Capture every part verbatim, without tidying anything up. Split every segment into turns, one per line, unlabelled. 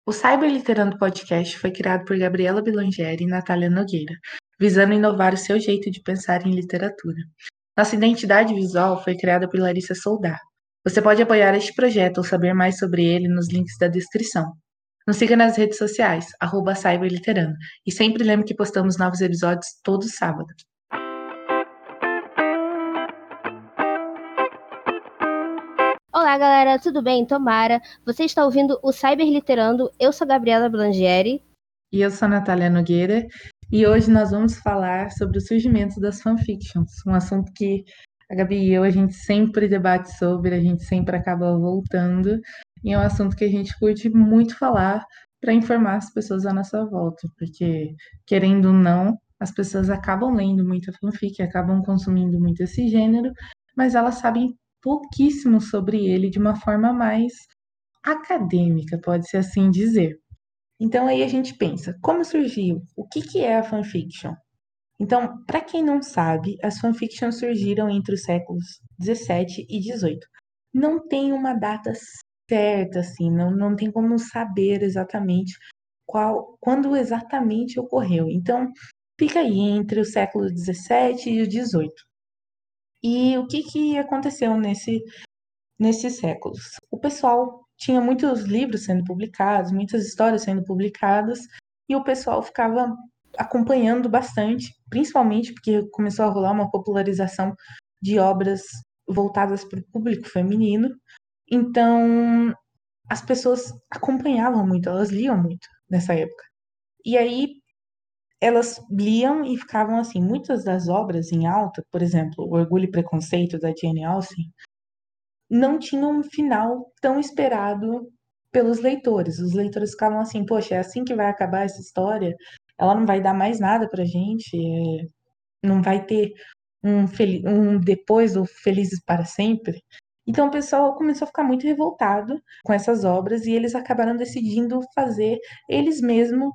O Cyberliterando Podcast foi criado por Gabriela Bilangeri e Natália Nogueira, visando inovar o seu jeito de pensar em literatura. Nossa identidade visual foi criada por Larissa Soldar. Você pode apoiar este projeto ou saber mais sobre ele nos links da descrição. Nos siga nas redes sociais, arroba Cyberliterando, e sempre lembre que postamos novos episódios todo sábado.
Olá, galera, tudo bem? Tomara. Você está ouvindo o Cyberliterando. Eu sou a Gabriela Bilangeri.
E eu sou a Natália Nogueira, e hoje nós vamos falar sobre o surgimento das fanfictions, um assunto que a Gabi e eu, a gente sempre debate sobre, a gente sempre acaba voltando, e é um assunto que a gente curte muito falar para informar as pessoas à nossa volta, porque, querendo ou não, as pessoas acabam lendo muita fanfic, acabam consumindo muito esse gênero, mas elas sabem pouquíssimo sobre ele de uma forma mais acadêmica, pode-se assim dizer. Então aí a gente pensa, como surgiu? O que, que é a fanfiction? Então, para quem não sabe, as fanfictions surgiram entre os séculos dezessete e dezoito. Não tem uma data certa, assim, não, não tem como saber exatamente qual, quando exatamente ocorreu. Então, fica aí entre o século dezessete e o dezoito. E o que, que aconteceu nesse, nesses séculos? O pessoal tinha muitos livros sendo publicados, muitas histórias sendo publicadas, e o pessoal ficava acompanhando bastante, principalmente porque começou a rolar uma popularização de obras voltadas para o público feminino. Então, as pessoas acompanhavam muito, elas liam muito nessa época. E aí, elas liam e ficavam assim, muitas das obras em alta, por exemplo, O Orgulho e Preconceito, da Jane Austen, não tinha um final tão esperado pelos leitores. Os leitores ficavam assim, poxa, é assim que vai acabar essa história? Ela não vai dar mais nada pra gente? É, não vai ter um, fel- um depois do Felizes para Sempre? Então o pessoal começou a ficar muito revoltado com essas obras e eles acabaram decidindo fazer eles mesmos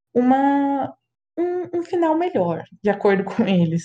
uma, um, um final melhor, de acordo com eles.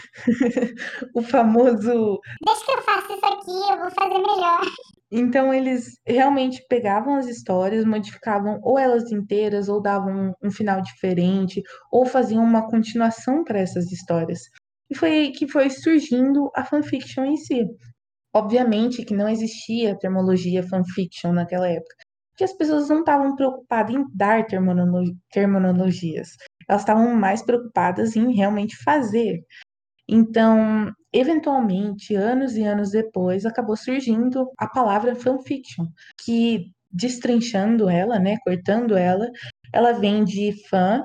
O famoso.
Deixa que eu faço isso aqui, eu vou fazer melhor.
Então eles realmente pegavam as histórias, modificavam ou elas inteiras, ou davam um, um final diferente, ou faziam uma continuação para essas histórias. E foi aí que foi surgindo a fanfiction em si. Obviamente que não existia a terminologia fanfiction naquela época, porque as pessoas não estavam preocupadas em dar termonolo- terminologias. Elas estavam mais preocupadas em realmente fazer. Então, eventualmente, anos e anos depois, acabou surgindo a palavra fanfiction, que destrinchando ela, né, cortando ela, ela vem de fã,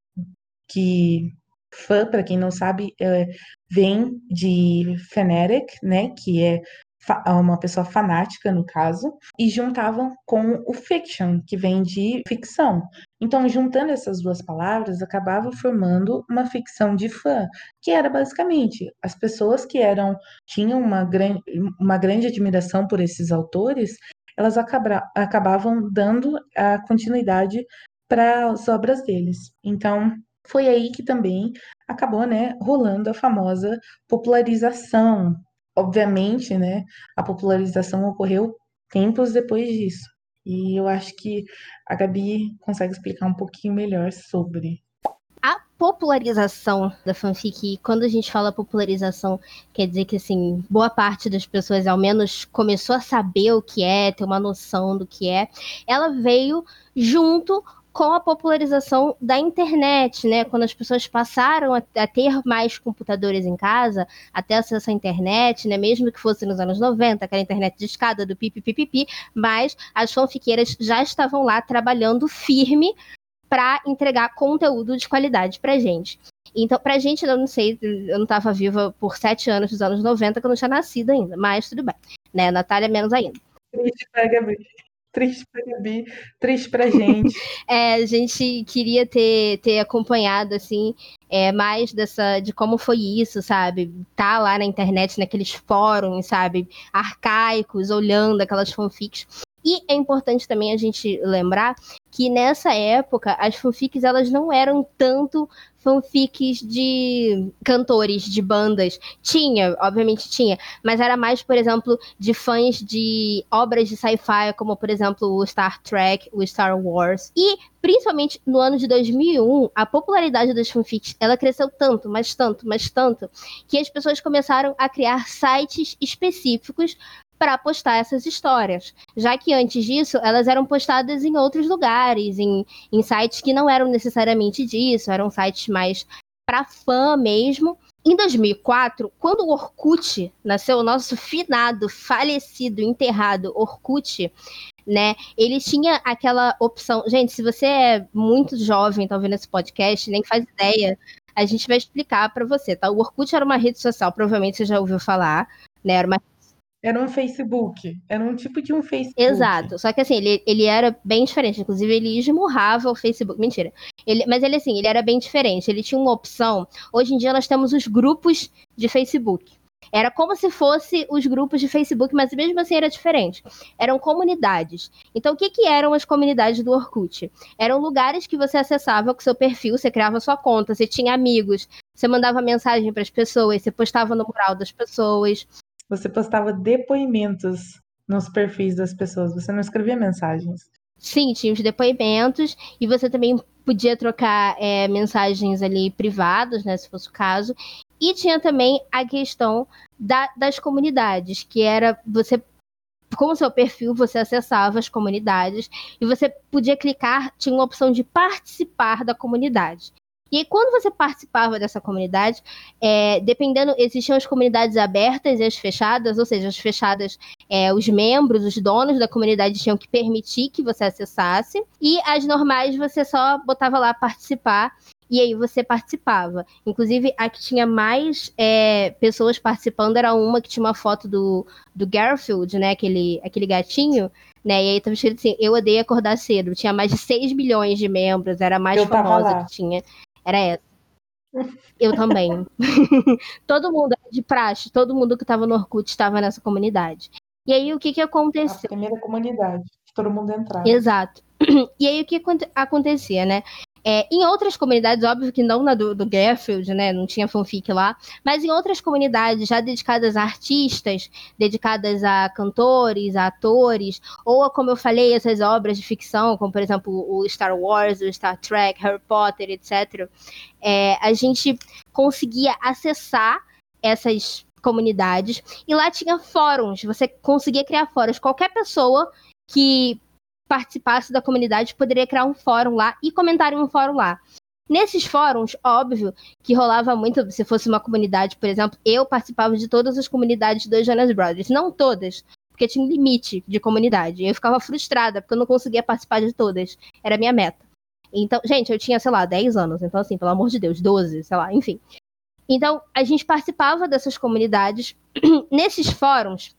que fã, para quem não sabe, é, vem de fanatic, né, que é fa- uma pessoa fanática, no caso, e juntavam com o fiction, que vem de ficção. Então, juntando essas duas palavras, acabava formando uma ficção de fã, que era basicamente as pessoas que eram tinham uma, gran, uma grande admiração por esses autores, elas acabra, acabavam dando a continuidade para as obras deles. Então, foi aí que também acabou, né, rolando a famosa popularização. Obviamente, né, a popularização ocorreu tempos depois disso. E eu acho que a Gabi consegue explicar um pouquinho melhor sobre.
A popularização da fanfic, quando a gente fala popularização, quer dizer que, assim, boa parte das pessoas, ao menos, começou a saber o que é, ter uma noção do que é. Ela veio junto com a popularização da internet, né? Quando as pessoas passaram a, a ter mais computadores em casa, até acesso à internet, né? Mesmo que fosse nos anos noventa, aquela internet de escada do pipipipipi, mas as fanfiqueiras já estavam lá trabalhando firme para entregar conteúdo de qualidade pra gente. Então, pra gente, eu não sei, eu não tava viva por sete anos dos anos noventa, que eu não tinha nascido ainda, mas tudo bem, né? Natália, menos ainda.
Triste pra Gabi, triste pra Gabi, triste pra gente.
É, a gente queria ter, ter acompanhado, assim, é, mais dessa, de como foi isso, sabe? Tá lá na internet, naqueles fóruns, sabe? Arcaicos, olhando aquelas fanfics. E é importante também a gente lembrar que nessa época as fanfics elas não eram tanto fanfics de cantores, de bandas. Tinha, obviamente tinha, mas era mais, por exemplo, de fãs de obras de sci-fi, como, por exemplo, o Star Trek, o Star Wars. E, principalmente no ano de dois mil e um, a popularidade das fanfics, ela cresceu tanto, mas tanto, mas tanto, que as pessoas começaram a criar sites específicos para postar essas histórias, já que antes disso elas eram postadas em outros lugares, em, em sites que não eram necessariamente disso, eram sites mais para fã mesmo. Em dois mil e quatro, quando o Orkut nasceu, o nosso finado, falecido, enterrado Orkut, né, ele tinha aquela opção. Gente, se você é muito jovem, tá ouvindo esse podcast, nem faz ideia, a gente vai explicar para você, tá? O Orkut era uma rede social, provavelmente você já ouviu falar, né? Era uma
Era um Facebook. Era um tipo de um Facebook.
Exato, só que assim, ele, ele era bem diferente, inclusive ele esmurrava o Facebook, mentira, ele, mas ele assim, ele era bem diferente, ele tinha uma opção, hoje em dia nós temos os grupos de Facebook, era como se fosse os grupos de Facebook, mas mesmo assim era diferente, eram comunidades. Então o que que eram as comunidades do Orkut? Eram lugares que você acessava com seu perfil, você criava sua conta, você tinha amigos, você mandava mensagem para as pessoas, você postava no mural das pessoas.
Você postava depoimentos nos perfis das pessoas, você não escrevia mensagens.
Sim, tinha os depoimentos e você também podia trocar é, mensagens ali privadas, né, se fosse o caso. E tinha também a questão da, das comunidades, que era você, com o seu perfil, você acessava as comunidades e você podia clicar, tinha uma opção de participar da comunidade. E aí, quando você participava dessa comunidade, é, dependendo, existiam as comunidades abertas e as fechadas, ou seja, as fechadas, é, os membros, os donos da comunidade tinham que permitir que você acessasse, e as normais você só botava lá participar, e aí você participava. Inclusive, a que tinha mais é, pessoas participando era uma que tinha uma foto do, do Garfield, né, aquele, aquele gatinho, né, e aí tava escrito assim, eu odeio acordar cedo, tinha mais de seis milhões de membros, era a mais
Eu tava
famosa
lá.
que tinha. Era essa. Eu também. Todo mundo, de praxe, todo mundo que estava no Orkut estava nessa comunidade. E aí, o que que
A
aconteceu?
primeira comunidade, que todo mundo entrava.
Exato. E aí, o que aconte- acontecia, né? É, em outras comunidades, óbvio que não na do, do Garfield, né? Não tinha fanfic lá. Mas em outras comunidades já dedicadas a artistas, dedicadas a cantores, a atores, ou a, como eu falei, essas obras de ficção, como, por exemplo, o Star Wars, o Star Trek, Harry Potter, etcétera, é, a gente conseguia acessar essas comunidades e lá tinha fóruns, você conseguia criar fóruns. Qualquer pessoa que participasse da comunidade poderia criar um fórum lá e comentar em um fórum lá. Nesses fóruns, óbvio que rolava muito, se fosse uma comunidade, por exemplo, eu participava de todas as comunidades dos Jonas Brothers, não todas, porque tinha um limite de comunidade, eu ficava frustrada, porque eu não conseguia participar de todas, era a minha meta. Então, gente, eu tinha, sei lá, dez anos, então assim, pelo amor de Deus, doze, sei lá, enfim. Então, a gente participava dessas comunidades. Nesses fóruns,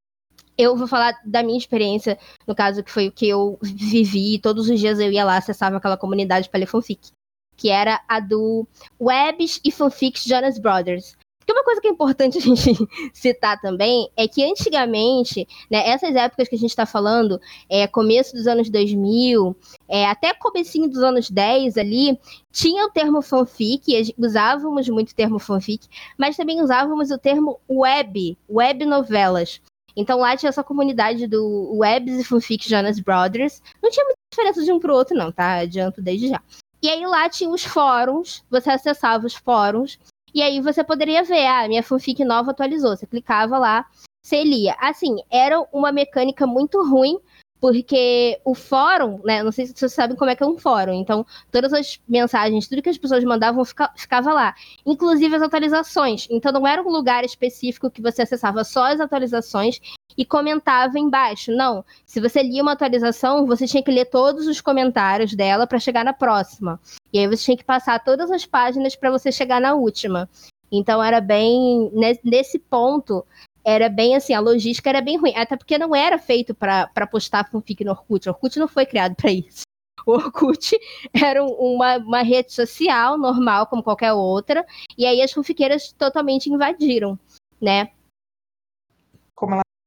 eu vou falar da minha experiência, no caso, que foi o que eu vivi, todos os dias eu ia lá, acessava aquela comunidade para ler fanfic, que era a do Webs e Fanfics Jonas Brothers. Porque uma coisa que é importante a gente citar também é que antigamente, né, essas épocas que a gente está falando, é, começo dos anos dois mil, é, até comecinho dos anos dez ali, tinha o termo fanfic, usávamos muito o termo fanfic, mas também usávamos o termo web, web novelas. Então lá tinha essa comunidade do Webs e Fanfic Jonas Brothers. Não tinha muita diferença de um pro outro não, tá? Adianto desde já. E aí lá tinha os fóruns, você acessava os fóruns, e aí você poderia ver, ah, minha fanfic nova atualizou. Você clicava lá, você lia. Assim, era uma mecânica muito ruim, porque o fórum, né, não sei se vocês sabem como é que é um fórum, então todas as mensagens, tudo que as pessoas mandavam fica, ficava lá, inclusive as atualizações, então não era um lugar específico que você acessava só as atualizações e comentava embaixo, não, se você lia uma atualização, você tinha que ler todos os comentários dela para chegar na próxima, e aí você tinha que passar todas as páginas para você chegar na última, então era bem, nesse ponto, era bem assim, a logística era bem ruim, até porque não era feito para postar fanfic no Orkut, o Orkut não foi criado para isso. O Orkut era uma, uma rede social normal, como qualquer outra, e aí as fanfiqueiras totalmente invadiram, né?
Como ela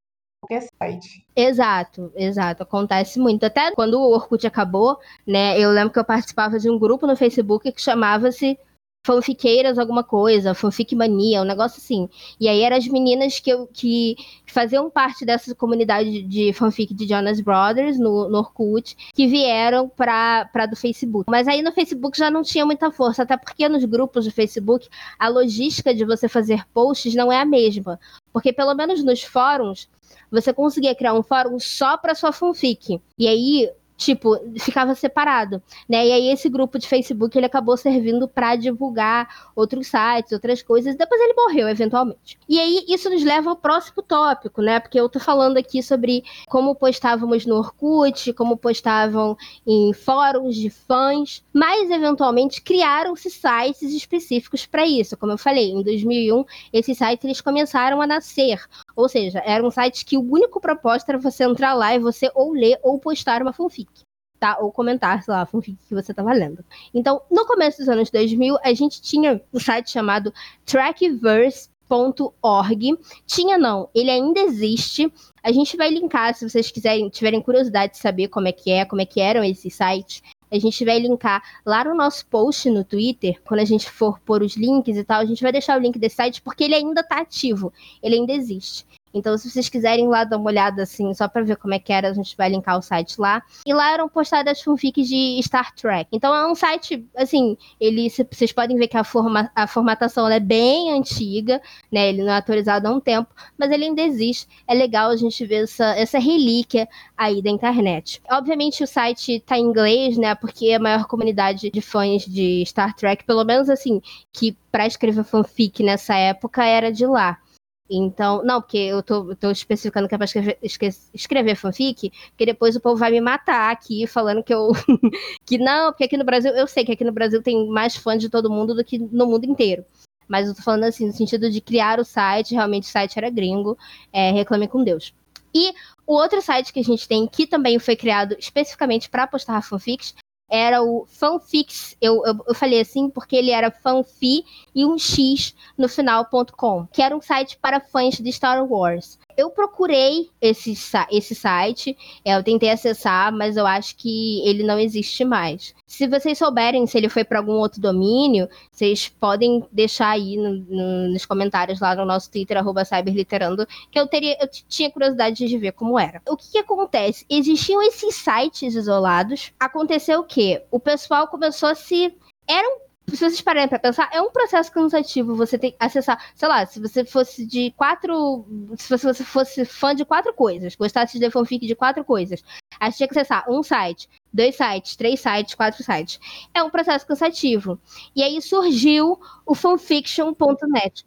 qualquer site.
Exato, exato. Acontece muito. Até quando o Orkut acabou, né? Eu lembro que eu participava de um grupo no Facebook que chamava-se Fanfiqueiras alguma coisa, Fanfic Mania, um negócio assim. E aí eram as meninas que, eu, que faziam parte dessa comunidade de fanfic de Jonas Brothers no, no Orkut, que vieram pra, pra do Facebook. Mas aí no Facebook já não tinha muita força, até porque nos grupos do Facebook a logística de você fazer posts não é a mesma. Porque pelo menos nos fóruns, você conseguia criar um fórum só pra sua fanfic. E aí, tipo, ficava separado, né? E aí esse grupo de Facebook, ele acabou servindo para divulgar outros sites, outras coisas, e depois ele morreu, eventualmente. E aí isso nos leva ao próximo tópico, né? Porque eu tô falando aqui sobre como postávamos no Orkut, como postavam em fóruns de fãs, mas eventualmente criaram-se sites específicos para isso. Como eu falei, em dois mil e um, esses sites eles começaram a nascer. Ou seja, era um site que o único propósito era você entrar lá e você ou ler ou postar uma fanfic, tá? Ou comentar, sei lá, a fanfic que você estava lendo. Então, no começo dos anos dois mil, a gente tinha um site chamado trackverse ponto org. Tinha não, ele ainda existe. A gente vai linkar, se vocês quiserem, tiverem curiosidade de saber como é que é, como é que eram esses sites. A gente vai linkar lá no nosso post no Twitter, quando a gente for pôr os links e tal, a gente vai deixar o link desse site porque ele ainda tá ativo, ele ainda existe. Então, se vocês quiserem lá dar uma olhada, assim, só pra ver como é que era, a gente vai linkar o site lá. E lá eram postadas fanfics de Star Trek. Então, é um site, assim, ele, vocês podem ver que a, forma, a formatação ela é bem antiga, né? Ele não é atualizado há um tempo, mas ele ainda existe. É legal a gente ver essa, essa relíquia aí da internet. Obviamente, o site tá em inglês, né? Porque a maior comunidade de fãs de Star Trek, pelo menos, assim, que pra escrever fanfic nessa época era de lá. Então, não, porque eu tô, eu tô especificando que é pra escrever, escrever fanfic, porque depois o povo vai me matar aqui, falando que eu... que não, porque aqui no Brasil, eu sei que aqui no Brasil tem mais fãs de todo mundo do que no mundo inteiro. Mas eu tô falando assim, no sentido de criar o site, realmente o site era gringo, é, Reclame com Deus. E o outro site que a gente tem, que também foi criado especificamente para postar fanfics, era o Fanfics. Eu, eu, eu falei assim porque ele era fanfi e um X no final ponto com, que era um site para fãs de Star Wars. Eu procurei esse, esse site, eu tentei acessar, mas eu acho que ele não existe mais. Se vocês souberem se ele foi para algum outro domínio, vocês podem deixar aí no, no, nos comentários lá no nosso Twitter, arroba cyberliterando, que eu, teria, eu tinha curiosidade de ver como era. O que, que acontece? Existiam esses sites isolados, aconteceu o quê? O pessoal começou a se... Era um Se vocês pararem pra pensar, é um processo cansativo você tem que acessar, sei lá, se você fosse de quatro, se você fosse fã de quatro coisas, gostasse de ler fanfic de quatro coisas, aí você tinha que acessar um site, dois sites, três sites, quatro sites. É um processo cansativo. E aí surgiu o fanfiction ponto net.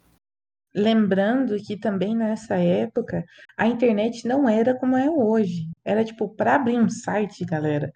Lembrando que também nessa época a internet não era como é hoje. Era tipo, para abrir um site, galera,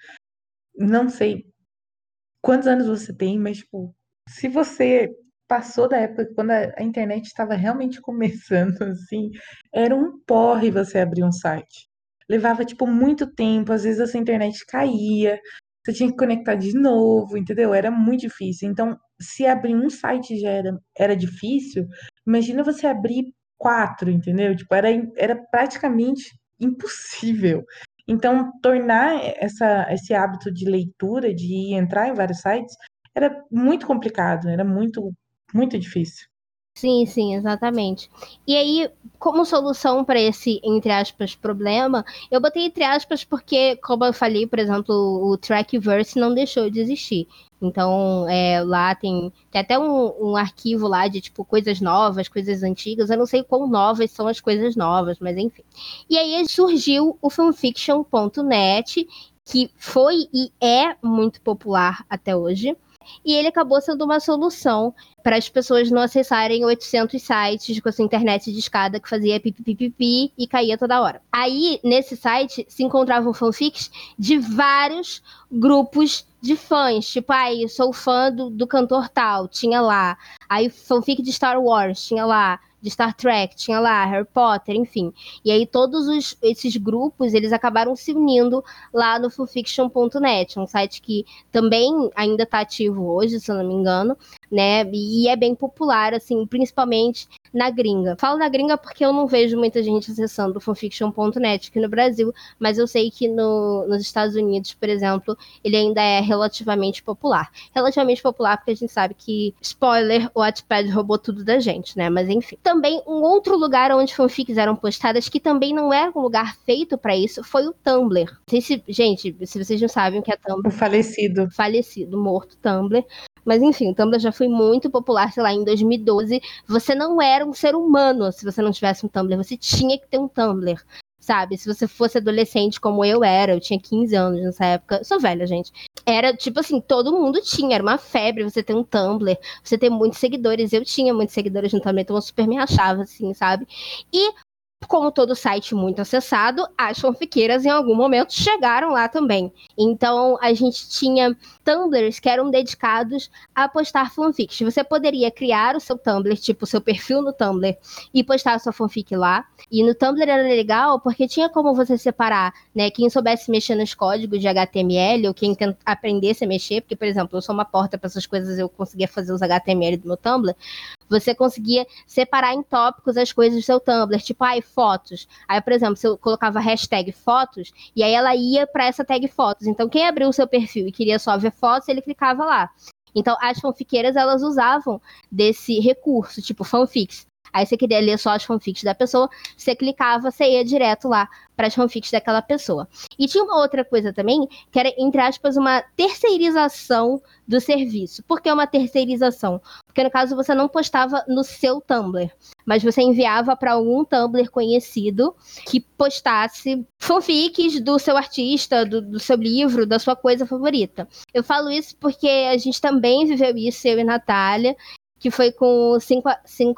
não sei quantos anos você tem, mas tipo, se você passou da época quando a, a internet estava realmente começando, assim, era um porre você abrir um site. Levava, tipo, muito tempo, às vezes essa internet caía, você tinha que conectar de novo, entendeu? Era muito difícil. Então, se abrir um site já era, era difícil, imagina você abrir quatro, entendeu? Tipo, era, era praticamente impossível. Então, tornar essa, esse hábito de leitura, de entrar em vários sites, era muito complicado, era muito, muito difícil.
Sim, sim, exatamente. E aí, como solução para esse, entre aspas, problema, eu botei entre aspas porque, como eu falei, por exemplo, o Trackverse não deixou de existir. Então, é, lá tem, tem até um, um arquivo lá de, tipo, coisas novas, coisas antigas. Eu não sei quão novas são as coisas novas, mas enfim. E aí surgiu o fanfiction ponto net, que foi e é muito popular até hoje. E ele acabou sendo uma solução para as pessoas não acessarem oitocentos sites com a sua internet de escada que fazia pipipipipi e caía toda hora. Aí, nesse site, se encontravam fanfics de vários grupos de fãs. Tipo, ai, eu sou fã do, do cantor tal, tinha lá. Aí, fanfic de Star Wars, tinha lá. De Star Trek, tinha lá, Harry Potter, enfim. E aí todos os, esses grupos, eles acabaram se unindo lá no fanfiction ponto net, um site que também ainda está ativo hoje, se eu não me engano, né? E é bem popular, assim, principalmente na gringa. Falo na gringa porque eu não vejo muita gente acessando fanfiction ponto net aqui no Brasil, mas eu sei que no, nos Estados Unidos, por exemplo, ele ainda é relativamente popular. Relativamente popular porque a gente sabe que, spoiler, o Wattpad roubou tudo da gente, né? Mas enfim. Também um outro lugar onde fanfics eram postadas, que também não era um lugar feito pra isso, foi o Tumblr. Não sei se, gente, se vocês não sabem o que é Tumblr.
O falecido.
Falecido, morto, Tumblr. Mas enfim, o Tumblr já foi muito popular, sei lá, em dois mil e doze. Você não era um ser humano se você não tivesse um Tumblr. Você tinha que ter um Tumblr, sabe? Se você fosse adolescente como eu era, eu tinha quinze anos nessa época. Eu sou velha, gente. Era tipo assim, todo mundo tinha. Era uma febre você ter um Tumblr, você ter muitos seguidores. Eu tinha muitos seguidores no Tumblr, então eu super me achava, assim, sabe? E como todo site muito acessado, as fanfiqueiras em algum momento chegaram lá também. Então a gente tinha Tumblrs que eram dedicados a postar fanfics. Você poderia criar o seu Tumblr, tipo o seu perfil no Tumblr, e postar a sua fanfic lá. E no Tumblr era legal porque tinha como você separar, né, quem soubesse mexer nos códigos de H T M L ou quem aprendesse a mexer, porque, por exemplo, eu sou uma porta para essas coisas, eu conseguia fazer os H T M L do meu Tumblr. Você conseguia separar em tópicos as coisas do seu Tumblr, tipo, ai, fotos. Aí, por exemplo, você colocava hashtag fotos, e aí ela ia para essa tag fotos. Então, quem abriu o seu perfil e queria só ver fotos, ele clicava lá. Então, as fanfiqueiras, elas usavam desse recurso, tipo, fanfics. Aí você queria ler só as fanfics da pessoa, você clicava, você ia direto lá para as fanfics daquela pessoa. E tinha uma outra coisa também, que era, entre aspas, uma terceirização do serviço. Por que uma terceirização? Porque, no caso, você não postava no seu Tumblr, mas você enviava para algum Tumblr conhecido que postasse fanfics do seu artista, do, do seu livro, da sua coisa favorita. Eu falo isso porque a gente também viveu isso, eu e Natália, que foi com o cinco,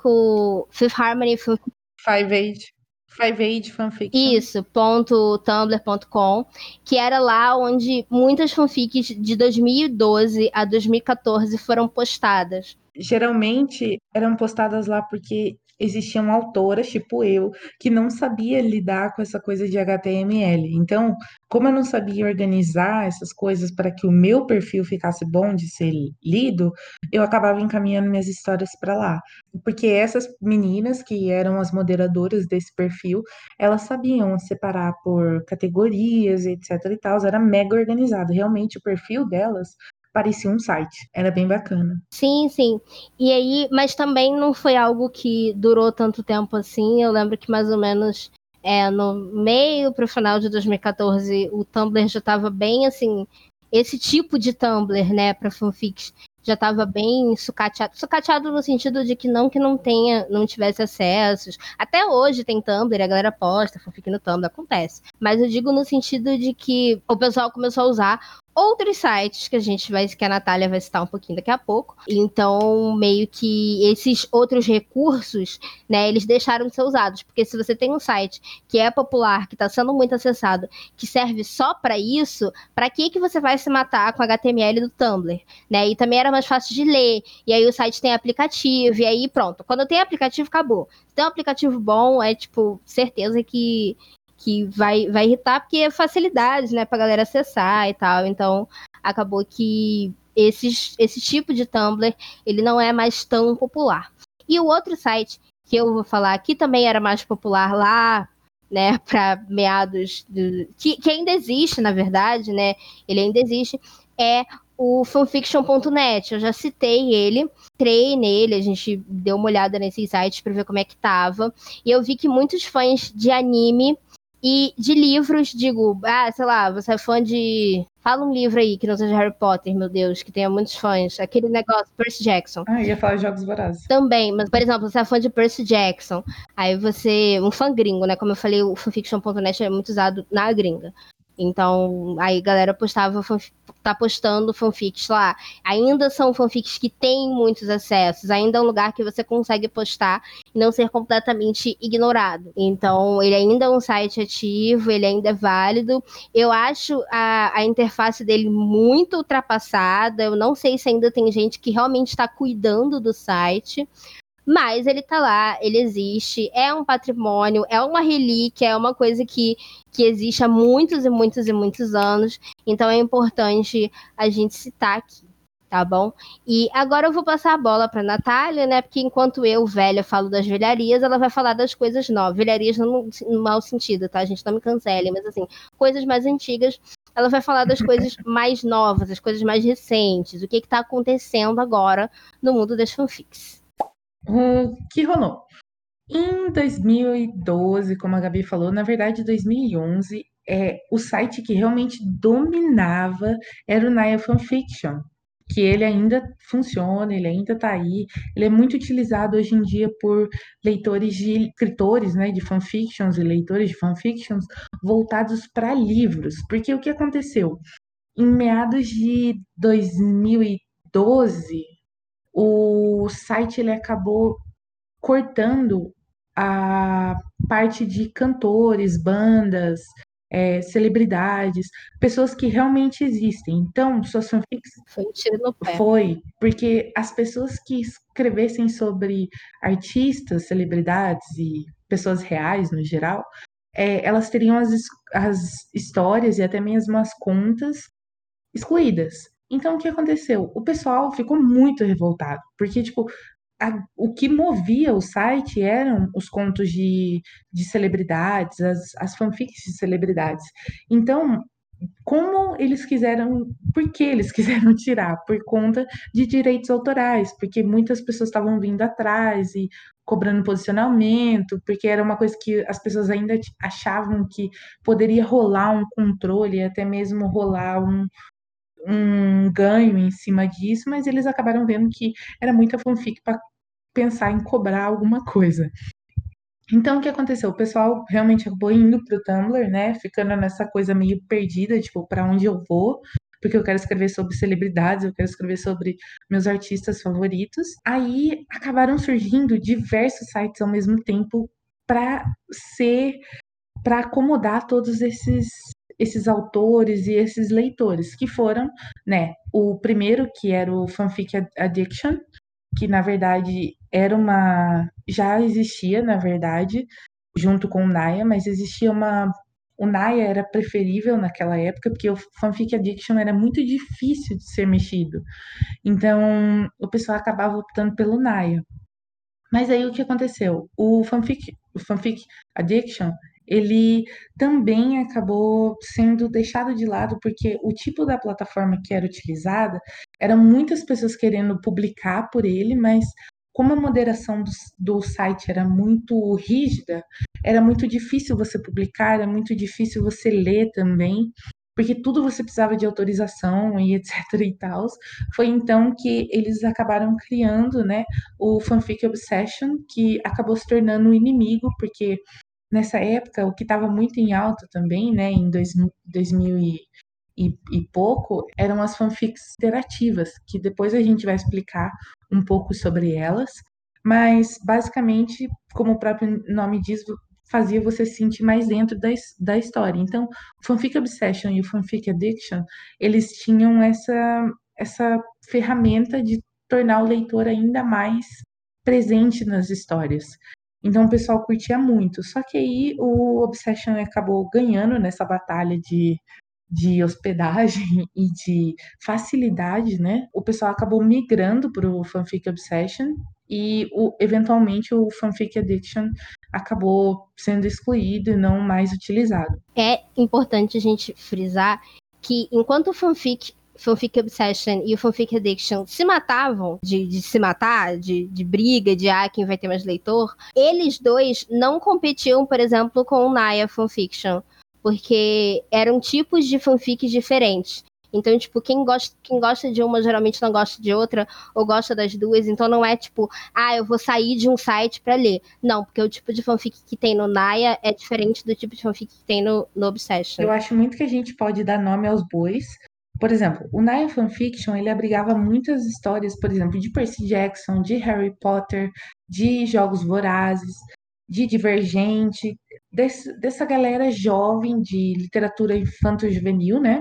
cinco Fifth Harmony Fanfiction.
Five Age. Five Age Fanfiction.
Isso, ponto tumblr ponto com, que era lá onde muitas fanfics de dois mil e doze a dois mil e quatorze foram postadas.
Geralmente eram postadas lá porque existiam autoras, tipo eu, que não sabia lidar com essa coisa de H T M L. Então, como eu não sabia organizar essas coisas para que o meu perfil ficasse bom de ser lido, eu acabava encaminhando minhas histórias para lá. Porque essas meninas que eram as moderadoras desse perfil, elas sabiam separar por categorias, etc e tal, era mega organizado. Realmente o perfil delas parecia um site, era bem bacana.
Sim, sim. E aí, mas também não foi algo que durou tanto tempo assim. Eu lembro que mais ou menos é, no meio para o final de dois mil e quatorze, o Tumblr já estava bem assim, esse tipo de Tumblr, né, para fanfics, já estava bem sucateado. Sucateado no sentido de que não que não tenha, não tivesse acessos. Até hoje tem Tumblr, a galera posta fanfic no Tumblr, acontece. Mas eu digo no sentido de que o pessoal começou a usar outros sites que a gente vai, que a Natália vai citar um pouquinho daqui a pouco. Então, meio que esses outros recursos, né, eles deixaram de ser usados. Porque se você tem um site que é popular, que está sendo muito acessado, que serve só para isso, para que que você vai se matar com H T M L do Tumblr? Né? E também era mais fácil de ler. E aí o site tem aplicativo, e aí pronto. Quando tem aplicativo, acabou. Se tem um aplicativo bom, é tipo, certeza que que vai, vai irritar, porque é facilidade, né, pra galera acessar e tal. Então, acabou que esses, esse tipo de Tumblr, ele não é mais tão popular. E o outro site que eu vou falar aqui também era mais popular lá, né, para meados do... Que, que ainda existe, na verdade, né, ele ainda existe, é o fanfiction ponto net. Eu já citei ele, entrei nele, a gente deu uma olhada nesses sites para ver como é que tava, e eu vi que muitos fãs de anime e de livros, digo, ah, sei lá, você é fã de... Fala um livro aí que não seja Harry Potter, meu Deus, que tenha muitos fãs. Aquele negócio, Percy Jackson.
Ah, eu ia falar de Jogos Vorazes.
Também, mas, por exemplo, você é fã de Percy Jackson. Aí você... Um fã gringo, né? Como eu falei, o fanfiction ponto net é muito usado na gringa. Então, aí a galera postava, tá postando fanfics lá. Ainda são fanfics que têm muitos acessos, ainda é um lugar que você consegue postar e não ser completamente ignorado. Então, ele ainda é um site ativo, ele ainda é válido. Eu acho a, a interface dele muito ultrapassada, eu não sei se ainda tem gente que realmente está cuidando do site, mas ele tá lá, ele existe, é um patrimônio, é uma relíquia, é uma coisa que, que existe há muitos e muitos e muitos anos, então é importante a gente citar aqui. Tá bom? E agora eu vou passar a bola para Natália, né? Porque enquanto eu, velha, falo das velharias, ela vai falar das coisas novas. Velharias no, no mau sentido, tá? A gente não me cancele, mas assim, coisas mais antigas. Ela vai falar das coisas mais novas, as coisas mais recentes, o que está acontecendo agora no mundo das fanfics.
O que rolou? Em dois mil e doze, como a Gabi falou, na verdade, dois mil e onze, é, o site que realmente dominava era o Naya Fanfiction, que ele ainda funciona, ele ainda está aí, ele é muito utilizado hoje em dia por leitores de escritores, né, de fanfictions e leitores de fanfictions voltados para livros, porque o que aconteceu? Em meados de dois mil e doze, o site ele acabou cortando a parte de cantores, bandas, é, celebridades, pessoas que realmente existem. Então, suas fanfics
Foi um tiro no pé.
foi porque as pessoas que escrevessem sobre artistas, celebridades e pessoas reais no geral, é, elas teriam as, as histórias e até mesmo as contas excluídas. Então, o que aconteceu? O pessoal ficou muito revoltado, porque, tipo, a- o que movia o site eram os contos de, de celebridades, as, as fanfics de celebridades. Então, como eles quiseram, por que eles quiseram tirar? Por conta de direitos autorais, porque muitas pessoas estavam vindo atrás e cobrando posicionamento, porque era uma coisa que as pessoas ainda achavam que poderia rolar um controle, até mesmo rolar um, um ganho em cima disso, mas eles acabaram vendo que era muita fanfic para pensar em cobrar alguma coisa. Então, o que aconteceu? O pessoal realmente acabou indo pro Tumblr, né? Ficando nessa coisa meio perdida, tipo, para onde eu vou? Porque eu quero escrever sobre celebridades, eu quero escrever sobre meus artistas favoritos. Aí acabaram surgindo diversos sites ao mesmo tempo para ser, para acomodar todos esses esses autores e esses leitores, que foram, né, o primeiro que era o Fanfic Addiction, que na verdade era uma. Já existia, na verdade, junto com o Naya, mas existia uma. O Naya era preferível naquela época, porque o Fanfic Addiction era muito difícil de ser mexido. Então, o pessoal acabava optando pelo Naya. Mas aí o que aconteceu? O Fanfic, o Fanfic Addiction, ele também acabou sendo deixado de lado porque o tipo da plataforma que era utilizada eram muitas pessoas querendo publicar por ele, mas como a moderação do, do site era muito rígida, era muito difícil você publicar, era muito difícil você ler também, porque tudo você precisava de autorização e etc e tal. Foi então que eles acabaram criando, né, o Fanfic Obsession, que acabou se tornando um inimigo, porque nessa época o que estava muito em alta também, né, em dois, dois mil e, e, e pouco, eram as fanfics interativas, que depois a gente vai explicar um pouco sobre elas, mas basicamente, como o próprio nome diz, fazia você se sentir mais dentro da, da história. Então, o Fanfic Obsession e o Fanfic Addiction, eles tinham essa, essa ferramenta de tornar o leitor ainda mais presente nas histórias. Então o pessoal curtia muito. Só que aí o Obsession acabou ganhando nessa batalha de, de hospedagem e de facilidade, né? O pessoal acabou migrando para o Fanfic Obsession e o, eventualmente o Fanfic Addiction acabou sendo excluído e não mais utilizado.
É importante a gente frisar que enquanto o fanfic Fanfic Obsession e o Fanfic Addiction se matavam de, de se matar, de, de briga, de ah, quem vai ter mais leitor, eles dois não competiam, por exemplo, com o Naya Fanfiction, porque eram tipos de fanfics diferentes. Então, tipo, quem gosta, quem gosta de uma geralmente não gosta de outra, ou gosta das duas. Então não é tipo, ah, eu vou sair de um site pra ler. Não, porque o tipo de fanfic que tem no Naya é diferente do tipo de fanfic que tem no, no Obsession.
Eu acho muito que a gente pode dar nome aos bois. Por exemplo, o Naya Fanfiction, ele abrigava muitas histórias, por exemplo, de Percy Jackson, de Harry Potter, de Jogos Vorazes, de Divergente, desse, dessa galera jovem de literatura infanto-juvenil, né?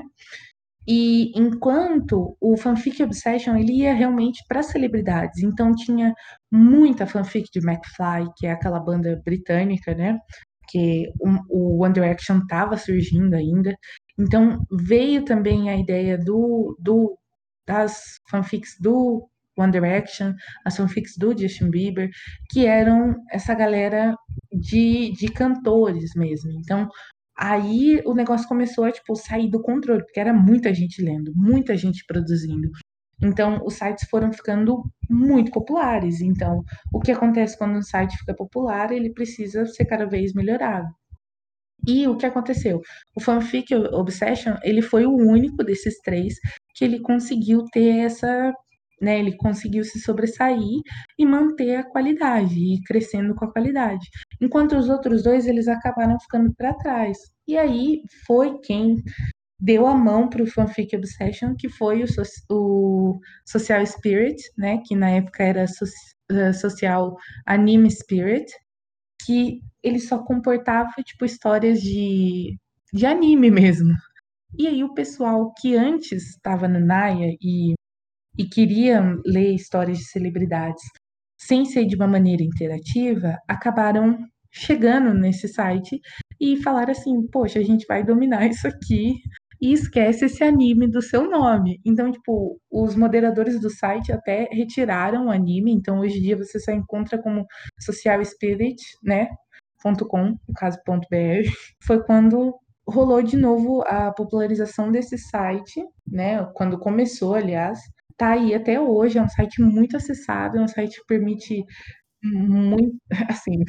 E enquanto o Fanfic Obsession, ele ia realmente para celebridades. Então tinha muita fanfic de McFly, que é aquela banda britânica, né? Que o, o One Direction estava surgindo ainda. Então veio também a ideia do, do das fanfics do One Direction, as fanfics do Justin Bieber, que eram essa galera de, de cantores mesmo. Então, aí o negócio começou a, tipo, sair do controle, porque era muita gente lendo, muita gente produzindo. Então, os sites foram ficando muito populares. Então, o que acontece quando um site fica popular, ele precisa ser cada vez melhorado. E o que aconteceu? O Fanfic Obsession, ele foi o único desses três que ele conseguiu ter essa, né, ele conseguiu se sobressair e manter a qualidade, e ir crescendo com a qualidade. Enquanto os outros dois, eles acabaram ficando para trás. E aí foi quem deu a mão para o Fanfic Obsession, que foi o, so o Social Spirit, né, que na época era so uh, Social Anime Spirit, que ele só comportava, tipo, histórias de, de anime mesmo. E aí o pessoal que antes estava no Naya e, e queria ler histórias de celebridades sem ser de uma maneira interativa, acabaram chegando nesse site e falaram assim, poxa, a gente vai dominar isso aqui e esquece esse anime do seu nome. Então, tipo, os moderadores do site até retiraram o anime, então hoje em dia você só encontra como Social Spirit, né? .com, no caso .br, foi quando rolou de novo a popularização desse site, né? Quando começou, aliás, tá aí até hoje, é um site muito acessado, é um site que permite muito, assim,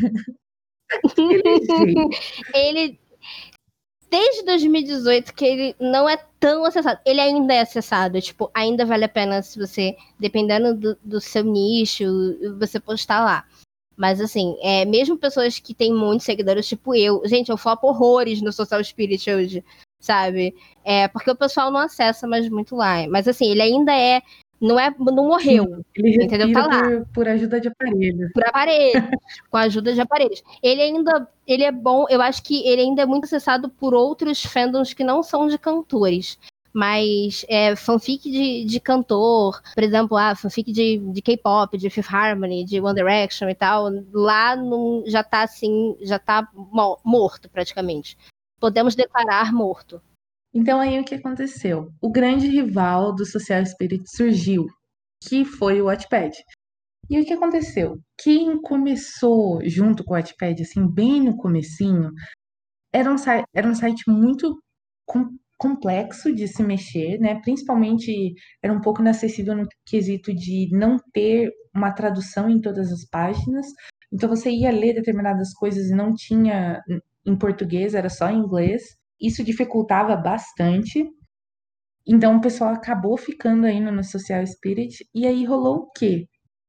ele, desde dois mil e dezoito, que ele não é tão acessado. Ele ainda é acessado, tipo, ainda vale a pena se você, dependendo do, do seu nicho, você postar lá. Mas assim, é, mesmo pessoas que têm muitos seguidores, tipo eu, gente, eu flopo horrores no Social Spirit hoje, sabe? É, porque o pessoal não acessa mais muito lá. Mas assim, ele ainda é, não é, não morreu.
Sim, ele
entendeu? Tá lá.
Por, por ajuda de aparelhos.
Por aparelhos, com a ajuda de aparelhos. Ele ainda, ele é bom, eu acho que ele ainda é muito acessado por outros fandoms que não são de cantores. Mas é, fanfic de, de cantor, por exemplo, ah, fanfic de, de K-pop, de Fifth Harmony, de One Direction e tal, lá não, já tá assim, já tá morto praticamente. Podemos declarar morto.
Então aí o que aconteceu? O grande rival do Social Spirit surgiu, que foi o Wattpad. E o que aconteceu? Quem começou junto com o Wattpad, assim, bem no comecinho, era um, era um site muito com, complexo de se mexer, né? Principalmente era um pouco inacessível no quesito de não ter uma tradução em todas as páginas. Então você ia ler determinadas coisas e não tinha em português, era só em inglês. Isso dificultava bastante. Então o pessoal acabou ficando aí no Social Spirit. E aí rolou o quê?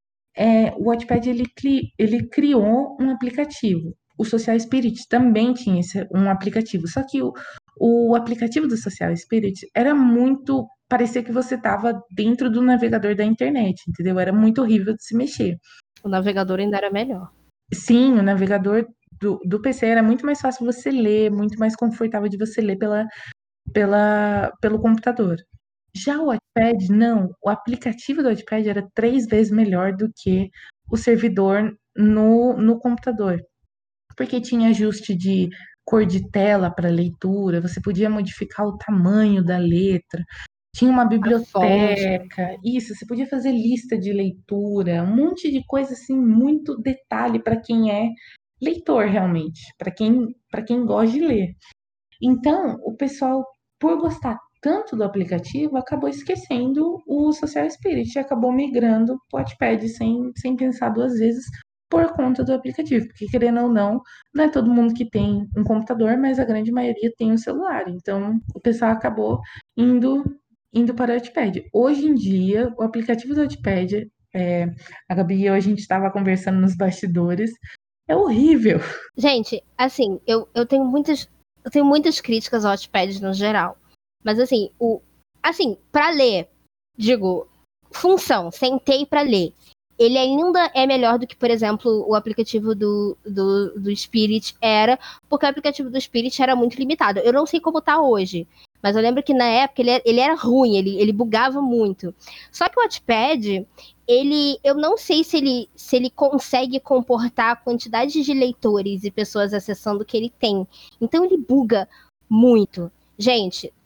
É, o Wattpad ele, ele criou um aplicativo. O Social Spirit também tinha esse, um aplicativo, só que o, o aplicativo do Social Spirit era muito. Parecia que você estava dentro do navegador da internet, entendeu? Era muito horrível de se mexer.
O navegador ainda era melhor.
Sim, o navegador do, do P C era muito mais fácil você ler, muito mais confortável de você ler pela, pela, pelo computador. Já o Wattpad, não. O aplicativo do Wattpad era três vezes melhor do que o servidor no, no computador. Porque tinha ajuste de cor de tela para leitura, você podia modificar o tamanho da letra, tinha uma biblioteca, isso, você podia fazer lista de leitura, um monte de coisa assim, muito detalhe para quem é leitor realmente, para quem, para quem gosta de ler. Então, o pessoal, por gostar tanto do aplicativo, acabou esquecendo o Social Spirit e acabou migrando para o Wattpad sem, sem pensar duas vezes por conta do aplicativo. Porque, querendo ou não, não é todo mundo que tem um computador, mas a grande maioria tem um celular. Então, o pessoal acabou indo, indo para o Wattpad. Hoje em dia, o aplicativo do Wattpad, é, a Gabi e eu, a gente estava conversando nos bastidores, é horrível.
Gente, assim, eu, eu tenho muitas eu tenho muitas críticas ao Wattpad no geral. Mas assim, o assim, para ler, digo, função, sentei para ler. Ele ainda é melhor do que, por exemplo, o aplicativo do, do, do Spirit era, porque o aplicativo do Spirit era muito limitado. Eu não sei como tá hoje, mas eu lembro que na época ele, ele era ruim, ele, ele bugava muito. Só que o Wattpad, ele, eu não sei se ele, se ele consegue comportar a quantidade de leitores e pessoas acessando que ele tem. Então ele buga muito. Gente,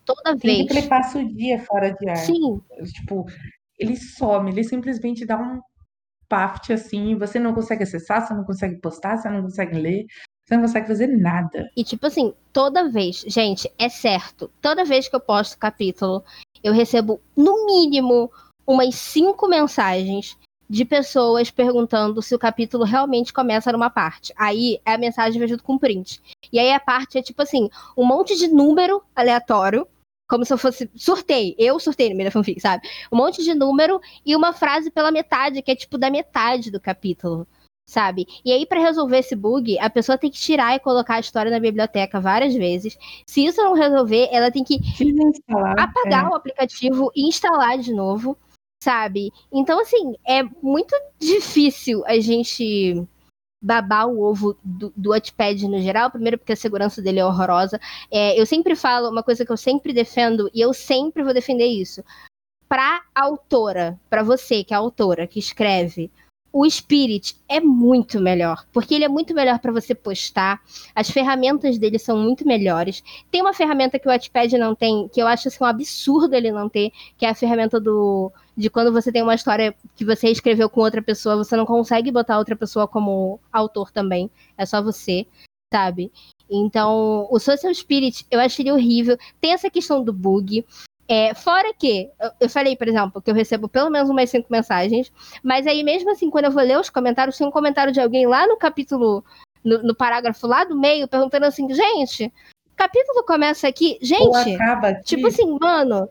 toda
Tem dia
vez.
que ele passa o dia fora de ar.
Sim,
Tipo, ele some, ele simplesmente dá um paft assim, você não consegue acessar, você não consegue postar, você não consegue ler, você não consegue fazer nada.
e tipo assim, toda vez, gente, é certo, toda vez que eu posto capítulo, eu recebo no mínimo umas cinco mensagens de pessoas perguntando se o capítulo realmente começa numa parte. Aí a mensagem vem junto com print. E aí a parte é tipo assim, um monte de número aleatório, como se eu fosse sorteio. Eu sorteio no meio da fanfic, sabe? Um monte de número e uma frase pela metade, que é tipo da metade do capítulo. Sabe? E aí, pra resolver esse bug, a pessoa tem que tirar e colocar a história na biblioteca várias vezes. Se isso não resolver, ela tem que
Desinstalar,
apagar
é.
o aplicativo e instalar de novo, sabe? Então, assim, é muito difícil a gente babar o ovo do, do Wattpad no geral. Primeiro porque a segurança dele é horrorosa. É, eu sempre falo, uma coisa que eu sempre defendo, e eu sempre vou defender isso. Pra autora, pra você que é autora, que escreve, o Spirit é muito melhor, porque ele é muito melhor para você postar, as ferramentas dele são muito melhores. Tem uma ferramenta que o Wattpad não tem, que eu acho assim, um absurdo ele não ter, que é a ferramenta do de quando você tem uma história que você escreveu com outra pessoa, você não consegue botar outra pessoa como autor também, é só você, sabe? Então, o Social Spirit, eu achei ele horrível. Tem essa questão do bug. É, fora que, eu, eu falei, por exemplo, que eu recebo pelo menos umas cinco mensagens, mas aí mesmo assim, quando eu vou ler os comentários, tem um comentário de alguém lá no capítulo, no, no parágrafo lá do meio, perguntando assim, gente, o capítulo começa aqui,
Ou
gente,
acaba
tipo
aqui,
assim, mano,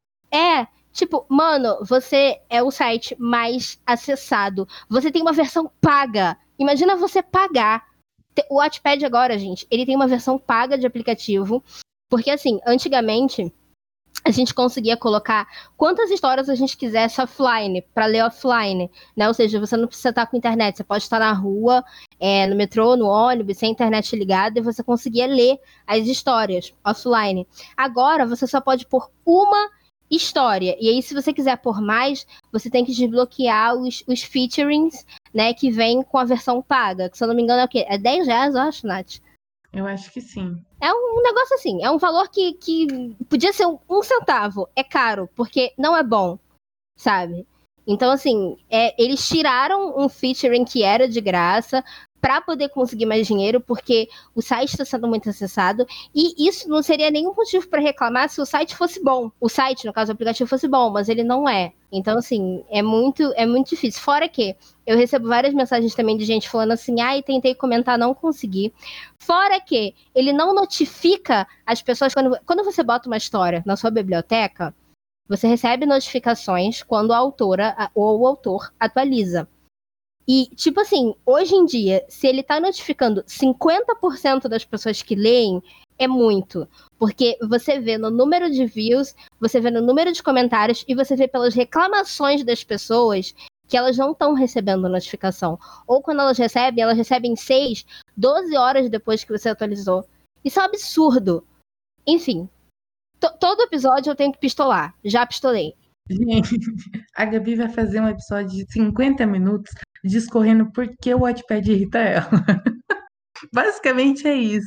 é, tipo, mano, você é o site mais acessado, você tem uma versão paga, imagina você pagar. O Wattpad agora, gente, ele tem uma versão paga de aplicativo, porque assim, antigamente a gente conseguia colocar quantas histórias a gente quisesse offline, para ler offline, né? Ou seja, você não precisa estar com internet, você pode estar na rua, é, no metrô, no ônibus, sem internet ligada, e você conseguia ler as histórias offline. Agora, você só pode pôr uma história, e aí se você quiser pôr mais, você tem que desbloquear os, os featurings, né, que vem com a versão paga, que se eu não me engano é o quê? É dez reais, eu acho, Nath.
eu acho que sim.
É um negócio assim, é um valor que, que podia ser um, um centavo. É caro, porque não é bom, sabe? Então, assim, é, eles tiraram um featuring que era de graça para poder conseguir mais dinheiro, porque o site está sendo muito acessado, e isso não seria nenhum motivo para reclamar se o site fosse bom. O site, no caso, o aplicativo fosse bom, mas ele não é. Então, assim, é muito, é muito difícil. Fora que eu recebo várias mensagens também de gente falando assim, ai, tentei comentar, não consegui. Fora que ele não notifica as pessoas quando, quando você bota uma história na sua biblioteca, você recebe notificações quando a autora ou o autor atualiza. E, tipo assim, hoje em dia, se ele tá notificando cinquenta por cento das pessoas que leem, é muito. Porque você vê no número de views, você vê no número de comentários e você vê pelas reclamações das pessoas que elas não estão recebendo notificação. Ou quando elas recebem, elas recebem seis, doze horas depois que você atualizou. Isso é um absurdo. Enfim, todo episódio eu tenho que pistolar. Já pistolei.
Gente, a Gabi vai fazer um episódio de cinquenta minutos discorrendo por que o Wattpad irrita ela. Basicamente é isso.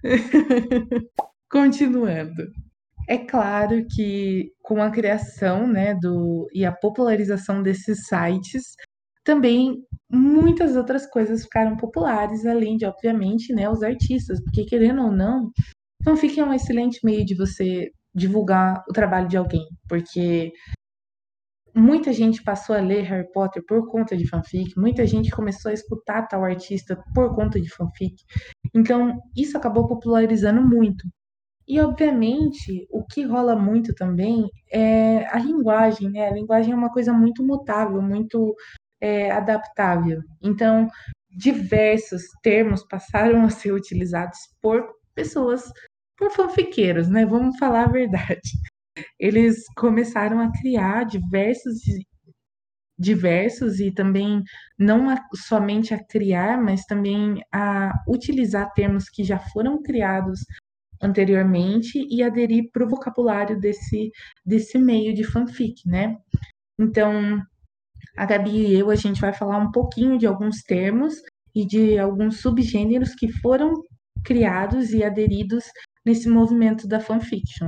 Continuando. É claro que com a criação, né, do, e a popularização desses sites, também muitas outras coisas ficaram populares, além de, obviamente, né, os artistas, porque querendo ou não, fanfic é um excelente meio de você divulgar o trabalho de alguém, porque muita gente passou a ler Harry Potter por conta de fanfic, muita gente começou a escutar tal artista por conta de fanfic. Então, isso acabou popularizando muito. E, obviamente, o que rola muito também é a linguagem, né? A linguagem é uma coisa muito mutável, muito é, adaptável. Então, diversos termos passaram a ser utilizados por pessoas, por fanfiqueiros, né? Vamos falar a verdade. Eles começaram a criar diversos diversos e também não a, somente a criar, mas também a utilizar termos que já foram criados anteriormente e aderir para o vocabulário desse, desse meio de fanfic, né? Então, a Gabi e eu, a gente vai falar um pouquinho de alguns termos e de alguns subgêneros que foram criados e aderidos nesse movimento da fanfiction.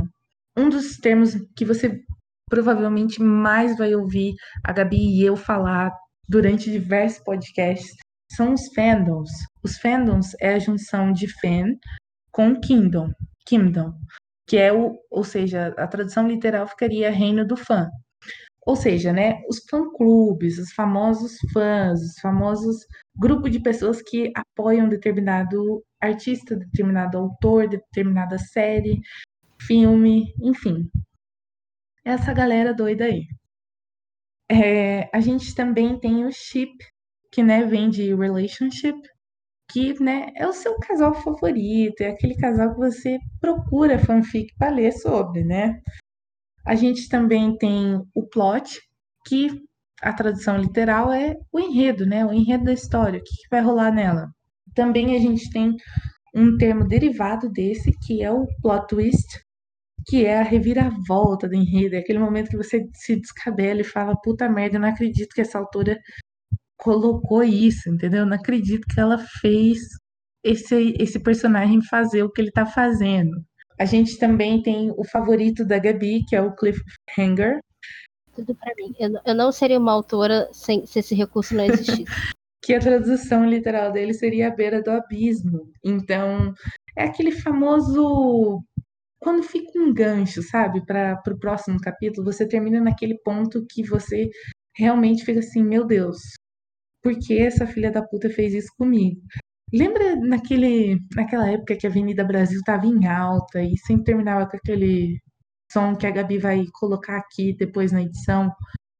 um dos termos que você provavelmente mais vai ouvir a Gabi e eu falar durante diversos podcasts são os fandoms. Os fandoms é a junção de fan com kingdom, kingdom, que é o, ou seja, a tradução literal ficaria reino do fã. Ou seja, né, os fã-clubes, os famosos fãs, os famosos grupos de pessoas que apoiam determinado artista, determinado autor, determinada série, filme, enfim. Essa galera doida aí. É, a gente também tem o ship, que né, vem de relationship, que né, é o seu casal favorito, é aquele casal que você procura fanfic para ler sobre, né? A gente também tem o plot, que a tradução literal é o enredo, né? O enredo da história, o que, que vai rolar nela. Também a gente tem um termo derivado desse, que é o plot twist, que é a reviravolta do enredo, é aquele momento que você se descabela e fala, puta merda, eu não acredito que essa autora colocou isso, entendeu? Eu não acredito que ela fez esse, esse personagem fazer o que ele tá fazendo. A gente também tem o favorito da Gabi, que é o cliffhanger.
Tudo pra mim. Eu, eu não seria uma autora sem, se esse recurso não existisse.
Que a tradução literal dele seria a beira do abismo. Então, é aquele famoso... Quando fica um gancho, sabe, para o próximo capítulo, você termina naquele ponto que você realmente fica assim, meu Deus, por que essa filha da puta fez isso comigo? Lembra naquele, naquela época que a Avenida Brasil estava em alta e sempre terminava com aquele som que a Gabi vai colocar aqui depois na edição?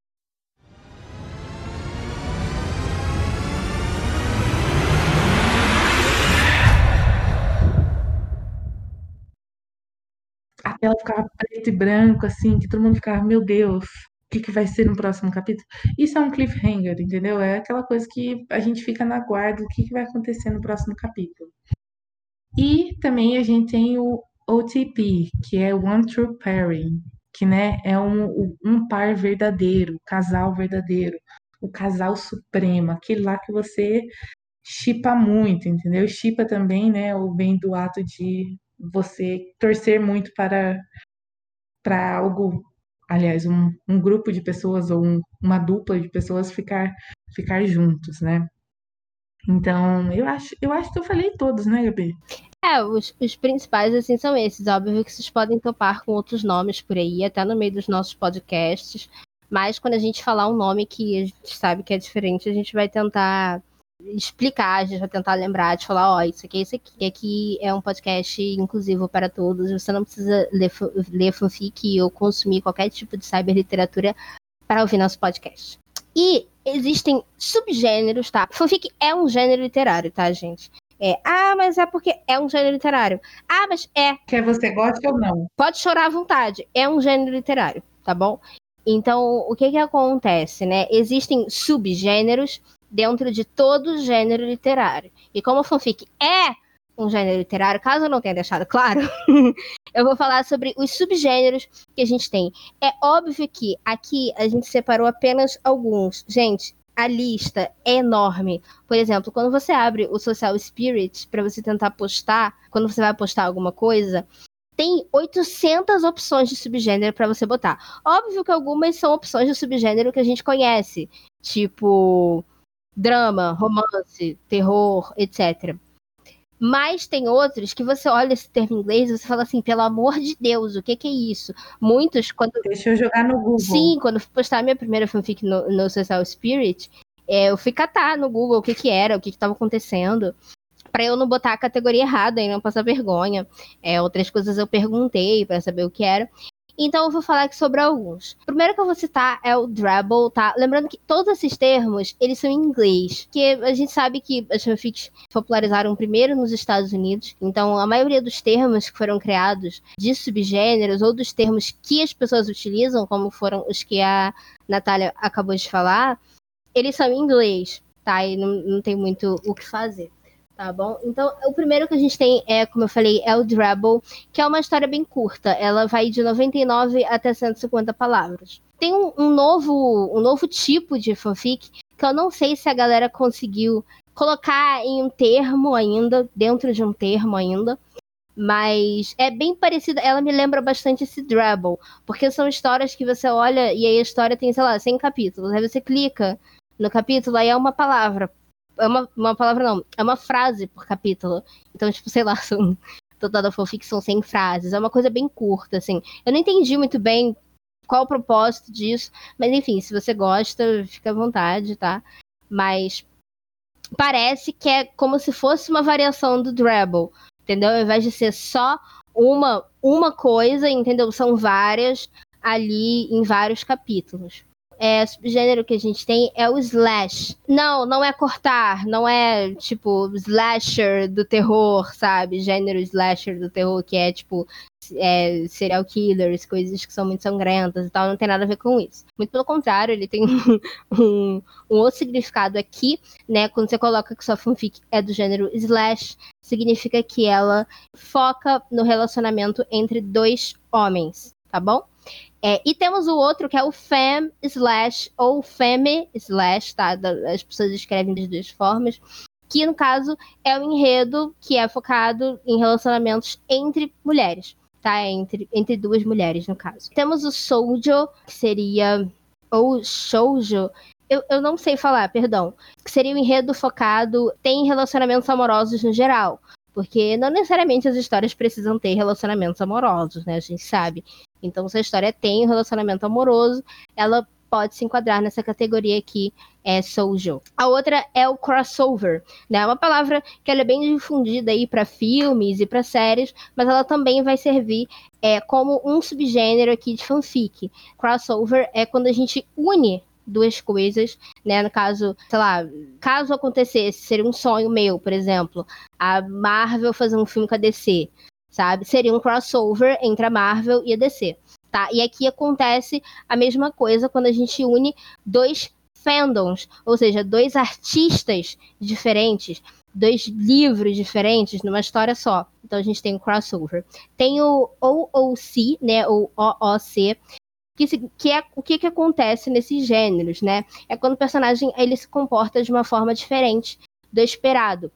A tela ficava preto e branco, assim, que todo mundo ficava, meu Deus, o que, que vai ser no próximo capítulo? Isso é um cliffhanger, entendeu? É aquela coisa que a gente fica na guarda, o que, que vai acontecer no próximo capítulo. E também a gente tem o O T P, que é One True Pairing, que né, é um, um par verdadeiro, um casal verdadeiro, o casal supremo, aquele lá que você shippa muito, entendeu? Shippa também, né, o vem do ato de você torcer muito para, para algo, aliás, um, um grupo de pessoas ou um, uma dupla de pessoas ficar, ficar juntos, né? Então, eu acho, eu acho que eu falei todos, né, Gabi?
É, os, os principais, assim, são esses. Óbvio que vocês podem topar com outros nomes por aí, até no meio dos nossos podcasts. Mas quando a gente falar um nome que a gente sabe que é diferente, a gente vai tentar explicar, a gente vai tentar lembrar de falar, ó, oh, isso aqui é isso aqui. Aqui é um podcast inclusivo para todos. Você não precisa ler, ler fanfic ou consumir qualquer tipo de cyberliteratura para ouvir nosso podcast. E existem subgêneros, tá? Fanfic é um gênero literário, tá, gente? É, ah, mas é porque é um gênero literário. Ah, mas é.
Quer você goste ou não.
Pode chorar à vontade. É um gênero literário, tá bom? Então, o que que acontece, né? Existem subgêneros dentro de todo gênero literário. E como a fanfic é um gênero literário, caso eu não tenha deixado claro, eu vou falar sobre os subgêneros que a gente tem. É óbvio que aqui a gente separou apenas alguns. Gente, a lista é enorme. Por exemplo, quando você abre o Social Spirit para você tentar postar, quando você vai postar alguma coisa, tem oitocentas opções de subgênero para você botar. Óbvio que algumas são opções de subgênero que a gente conhece, tipo drama, romance, terror, etcétera. Mas tem outros que você olha esse termo em inglês e você fala assim, pelo amor de Deus, o que que é isso? Muitos, quando...
Deixa eu jogar no Google.
Sim, quando eu fui postar minha primeira fanfic no, no Social Spirit, é, eu fui catar no Google o que que era, o que que estava acontecendo, para eu não botar a categoria errada e não passar vergonha. É, outras coisas eu perguntei para saber o que era. Então eu vou falar aqui sobre alguns. O primeiro que eu vou citar é o Drabble, tá? Lembrando que todos esses termos, eles são em inglês. Porque a gente sabe que as fanfics popularizaram primeiro nos Estados Unidos. Então a maioria dos termos que foram criados de subgêneros ou dos termos que as pessoas utilizam, como foram os que a Natália acabou de falar, eles são em inglês, tá? E não, não tem muito o que fazer. Tá bom? Então, o primeiro que a gente tem, é, como eu falei, é o Drabble, que é uma história bem curta. Ela vai de noventa e nove até cento e cinquenta palavras. Tem um, um, novo, um novo tipo de fanfic que eu não sei se a galera conseguiu colocar em um termo ainda, dentro de um termo ainda, Mas é bem parecida, ela me lembra bastante esse Drabble, porque são histórias que você olha e aí a história tem, sei lá, cem capítulos, aí você clica no capítulo, aí é uma palavra, é uma, uma palavra não, é uma frase por capítulo, então tipo, sei lá, são, total da fanfic são cem frases, é uma coisa bem curta, assim, eu não entendi muito bem qual o propósito disso, mas enfim, se você gosta, fica à vontade, tá? Mas parece que é como se fosse uma variação do Drabble, entendeu? Ao invés de ser só uma, uma coisa, entendeu? São várias ali em vários capítulos. É, o subgênero que a gente tem é o slash. Não, não é cortar, não é tipo slasher do terror, sabe? Gênero slasher do terror, que é tipo é, serial killers, coisas que são muito sangrentas e tal, não tem nada a ver com isso. Muito pelo contrário, ele tem um, um outro significado aqui, né? Quando você coloca que sua fanfic é do gênero slash, significa que ela foca no relacionamento entre dois homens, tá bom? É, e temos o outro que é o fem slash ou femme slash, tá? As pessoas escrevem das duas formas, que no caso é o enredo que é focado em relacionamentos entre mulheres, tá? Entre, entre duas mulheres, no caso. Temos o shoujo, que seria, ou shoujo, eu, eu não sei falar, perdão, que seria o enredo focado em relacionamentos amorosos no geral. Porque não necessariamente as histórias precisam ter relacionamentos amorosos, né? A gente sabe. Então, se a história tem um relacionamento amoroso, ela pode se enquadrar nessa categoria aqui, é shoujo. A outra é o crossover, né? É uma palavra que ela é bem difundida aí para filmes e para séries, mas ela também vai servir é, como um subgênero aqui de fanfic. Crossover é quando a gente une duas coisas, né? No caso, sei lá, caso acontecesse, seria um sonho meu, por exemplo, a Marvel fazer um filme com a D C, sabe? Seria um crossover entre a Marvel e a D C, tá? E aqui acontece a mesma coisa quando a gente une dois fandoms, ou seja, dois artistas diferentes, dois livros diferentes numa história só. Então a gente tem o crossover. Tem o O O C, né? O O O C, Que, que é o que, que acontece nesses gêneros, né? É quando o personagem ele se comporta de uma forma diferente do esperado.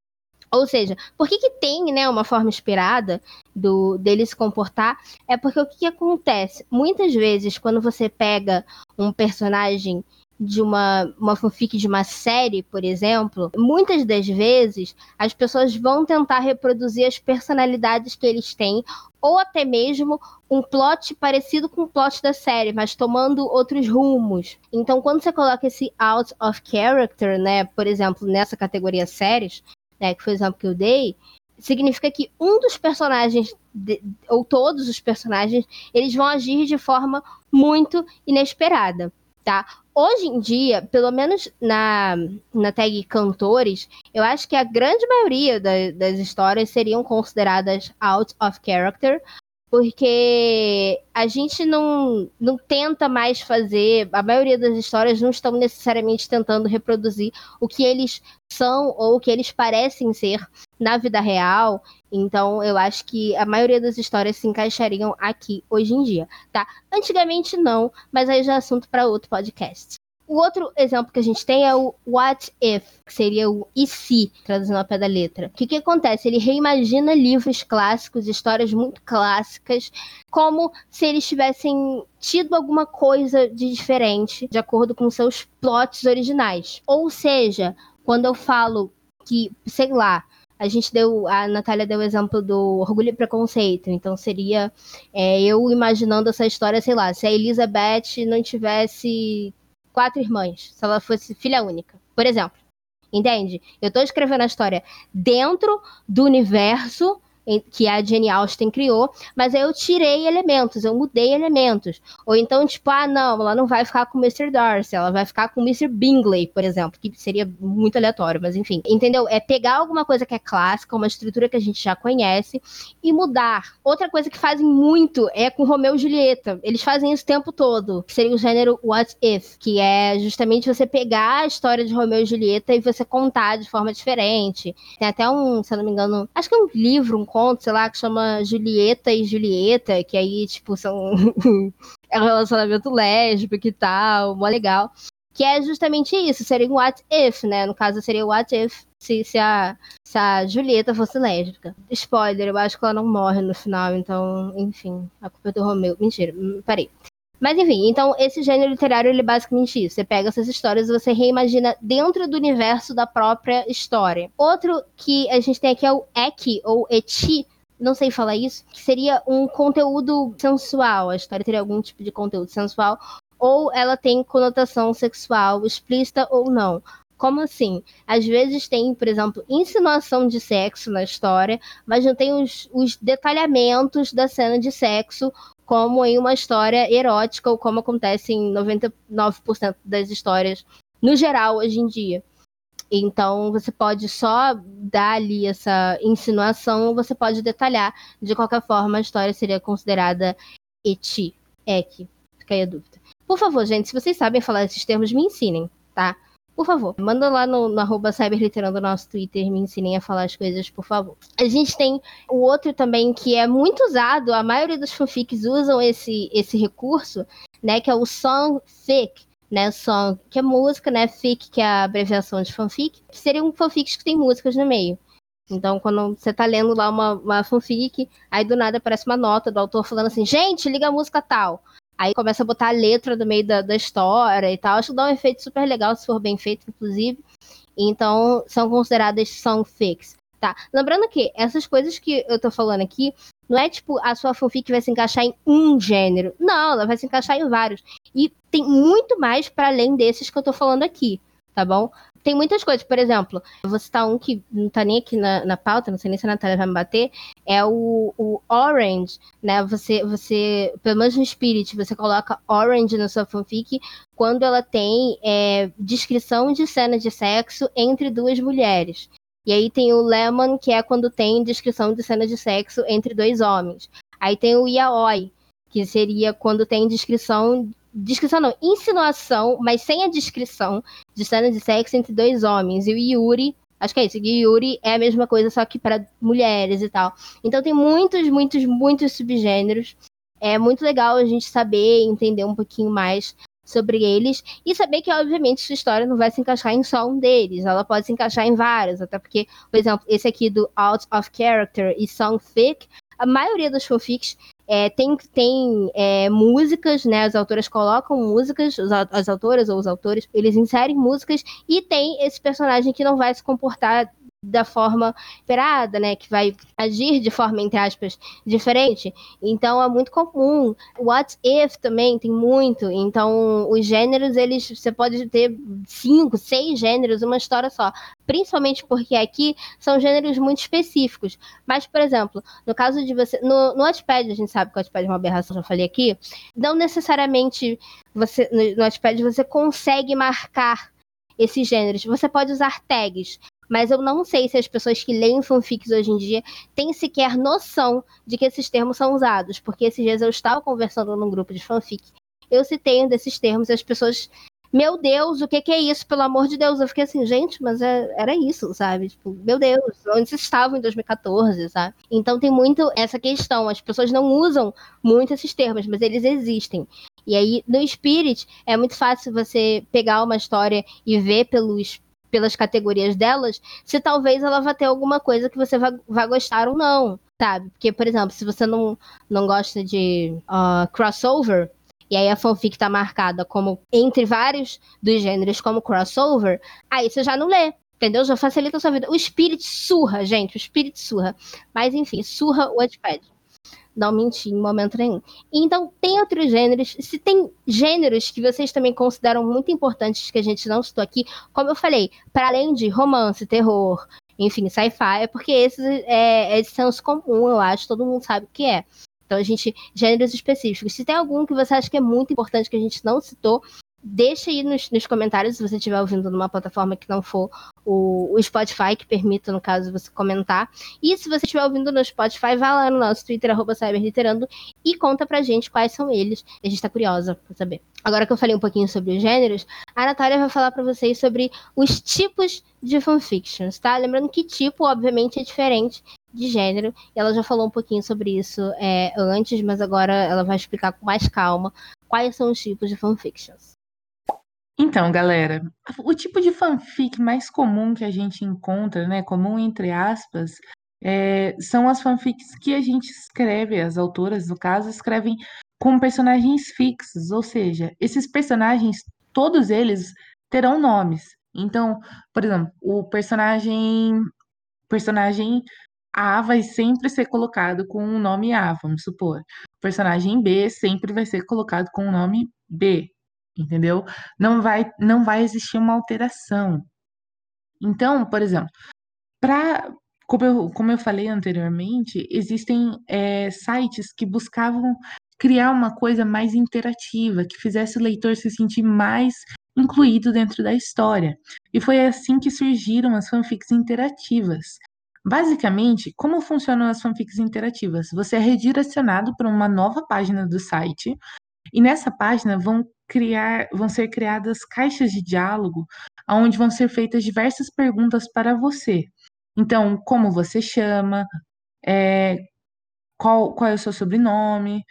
Ou seja, por que, que tem, né, uma forma esperada do, dele se comportar? É porque o que, que acontece? Muitas vezes, quando você pega um personagem de uma, uma fanfic de uma série, por exemplo, muitas das vezes as pessoas vão tentar reproduzir as personalidades que eles têm, ou até mesmo um plot parecido com o plot da série, mas tomando outros rumos. Então, quando você coloca esse out of character, né, por exemplo, nessa categoria séries, né, que foi o exemplo que eu dei, significa que um dos personagens, de, ou todos os personagens, eles vão agir de forma muito inesperada, tá? Hoje em dia, pelo menos na, na tag cantores, eu acho que a grande maioria da, das histórias seriam consideradas out of character, porque a gente não, não tenta mais fazer, a maioria das histórias não estão necessariamente tentando reproduzir o que eles são ou o que eles parecem ser na vida real. Então eu acho que a maioria das histórias se encaixariam aqui hoje em dia, tá? Antigamente não, mas aí já é assunto para outro podcast. O outro exemplo que a gente tem é o What If, que seria o e se, traduzindo ao pé da letra. O que, que acontece? Ele reimagina livros clássicos, histórias muito clássicas, como se eles tivessem tido alguma coisa de diferente, de acordo com seus plots originais. Ou seja, quando eu falo que, sei lá, a gente deu, a Natália deu o exemplo do Orgulho e Preconceito, então seria é, eu imaginando essa história, sei lá, se a Elizabeth não tivesse quatro irmãs, se ela fosse filha única, por exemplo. Entende? Eu tô escrevendo a história dentro do universo que a Jane Austen criou, mas aí eu tirei elementos, eu mudei elementos. Ou então, tipo, ah, não, ela não vai ficar com o mister Darcy, ela vai ficar com o mister Bingley, por exemplo, que seria muito aleatório, mas enfim. Entendeu? É pegar alguma coisa que é clássica, uma estrutura que a gente já conhece, e mudar. Outra coisa que fazem muito é com Romeu e Julieta. Eles fazem isso o tempo todo, que seria o gênero What If, que é justamente você pegar a história de Romeu e Julieta e você contar de forma diferente. Tem até um, se eu não me engano, acho que é um livro, um conto, sei lá, que chama Julieta e Julieta, que aí, tipo, são... é um relacionamento lésbico e tal, mó legal. que é justamente isso, seria um what if, né? No caso, seria what if se, se, a, se a Julieta fosse lésbica. Spoiler, eu acho que ela não morre no final, então, enfim, a culpa é do Romeu. Mentira, parei. Mas enfim, então esse gênero literário, ele é basicamente isso. Você pega essas histórias e você reimagina dentro do universo da própria história. Outro que a gente tem aqui é o eki, ou eti, não sei falar isso, que seria um conteúdo sensual. A história teria algum tipo de conteúdo sensual, ou ela tem conotação sexual explícita ou não. Como assim? Às vezes tem, por exemplo, insinuação de sexo na história, mas não tem os, os detalhamentos da cena de sexo, como em uma história erótica, ou como acontece em noventa e nove por cento das histórias, no geral, hoje em dia. Então, você pode só dar ali essa insinuação, ou você pode detalhar. De qualquer forma, a história seria considerada eti, eki. Fica aí a dúvida. Por favor, gente, se vocês sabem falar esses termos, me ensinem, tá? Por favor, manda lá no, no arroba cyberliterando no nosso Twitter, me ensinem a falar as coisas, por favor. A gente tem o outro também que é muito usado, a maioria dos fanfics usam esse, esse recurso, né, que é o songfic, né, song, que é música, né, fic, que é a abreviação de fanfic, que seriam fanfics que tem músicas no meio. Então, quando você tá lendo lá uma, uma fanfic, aí do nada aparece uma nota do autor falando assim, gente, liga a música tal. Aí começa a botar a letra no meio da, da história e tal. Acho que dá um efeito super legal, se for bem feito, inclusive. Então, são consideradas songfics, tá? Lembrando que essas coisas que eu tô falando aqui, não é tipo a sua fanfic vai se encaixar em um gênero. Não, ela vai se encaixar em vários. E tem muito mais para além desses que eu tô falando aqui, tá bom? Tem muitas coisas, por exemplo, eu vou citar um que não tá nem aqui na, na pauta, não sei nem se a Natália vai me bater, é o, o Orange, né? Você, você, pelo menos no Spirit, você coloca Orange na sua fanfic quando ela tem é, descrição de cena de sexo entre duas mulheres. E aí tem o Lemon, que é quando tem descrição de cena de sexo entre dois homens. Aí tem o Yaoi, que seria quando tem descrição... Descrição não, insinuação, mas sem a descrição de cena de sexo entre dois homens. E o Yuri, acho que é isso, o Yuri é a mesma coisa, só que para mulheres e tal. Então tem muitos, muitos, muitos subgêneros. É muito legal a gente saber, entender um pouquinho mais sobre eles e saber que, obviamente, sua história não vai se encaixar em só um deles. Ela pode se encaixar em vários, até porque, por exemplo, esse aqui do Out of Character e Songfic, a maioria dos fanfics é, tem, tem é, músicas, né? As autoras colocam músicas, as autoras ou os autores, eles inserem músicas e tem esse personagem que não vai se comportar da forma esperada, né, que vai agir de forma, entre aspas, diferente. Então é muito comum. What if também tem muito. Então os gêneros, eles, você pode ter cinco, seis gêneros, uma história só. Principalmente porque aqui são gêneros muito específicos. Mas, por exemplo, no caso de você... No, no Wattpad, a gente sabe que o Wattpad é uma aberração, já falei aqui. Não necessariamente você, no, no Wattpad você consegue marcar esses gêneros. Você pode usar tags. Mas eu não sei se as pessoas que leem fanfics hoje em dia têm sequer noção de que esses termos são usados. Porque esses dias eu estava conversando num grupo de fanfic, eu citei um desses termos e as pessoas... Meu Deus, o que, que é isso? Pelo amor de Deus. Eu fiquei assim, gente, mas é, era isso, sabe? Tipo, meu Deus, onde vocês estavam em dois mil e quatorze, sabe? Então tem muito essa questão. As pessoas não usam muito esses termos, mas eles existem. E aí, no Spirit, é muito fácil você pegar uma história e ver pelos... pelas categorias delas, se talvez ela vá ter alguma coisa que você vai, vai gostar ou não, sabe? Porque, por exemplo, se você não, não gosta de uh, crossover, e aí a fanfic tá marcada como entre vários dos gêneros como crossover, aí você já não lê, entendeu? Já facilita a sua vida. O Spirit surra, gente, o Spirit surra. Mas, enfim, surra o Wattpad. Não menti em momento nenhum. Então, tem outros gêneros. Se tem gêneros que vocês também consideram muito importantes, que a gente não citou aqui, como eu falei, para além de romance, terror, enfim, sci-fi, é porque esses é, é de senso comum, eu acho, todo mundo sabe o que é. Então, a gente, gêneros específicos. Se tem algum que você acha que é muito importante, que a gente não citou, deixa aí nos, nos comentários, se você estiver ouvindo numa plataforma que não for o, o Spotify, que permita, no caso, você comentar. E se você estiver ouvindo no Spotify, vá lá no nosso Twitter, arroba cyberliterando, e conta pra gente quais são eles. A gente tá curiosa pra saber. Agora que eu falei um pouquinho sobre os gêneros, a Natália vai falar pra vocês sobre os tipos de fanfictions, tá? Lembrando que tipo, obviamente, é diferente de gênero, e ela já falou um pouquinho sobre isso é, antes, mas agora ela vai explicar com mais calma quais são os tipos de fanfictions.
Então, galera, o tipo de fanfic mais comum que a gente encontra, né, comum entre aspas, é, são as fanfics que a gente escreve, as autoras, no caso, escrevem com personagens fixos, ou seja, esses personagens, todos eles terão nomes. Então, por exemplo, o personagem, personagem A vai sempre ser colocado com o nome A, vamos supor. O personagem B sempre vai ser colocado com o nome B, entendeu? Não vai, não vai existir uma alteração. Então, por exemplo, para como eu, como eu falei anteriormente, existem é, sites que buscavam criar uma coisa mais interativa, que fizesse o leitor se sentir mais incluído dentro da história. E foi assim que surgiram as fanfics interativas. Basicamente, como funcionam as fanfics interativas? Você é redirecionado para uma nova página do site, e nessa página vão criar, vão ser criadas caixas de diálogo, onde vão ser feitas diversas perguntas para você. Então, como você chama, é, qual, qual é o seu sobrenome,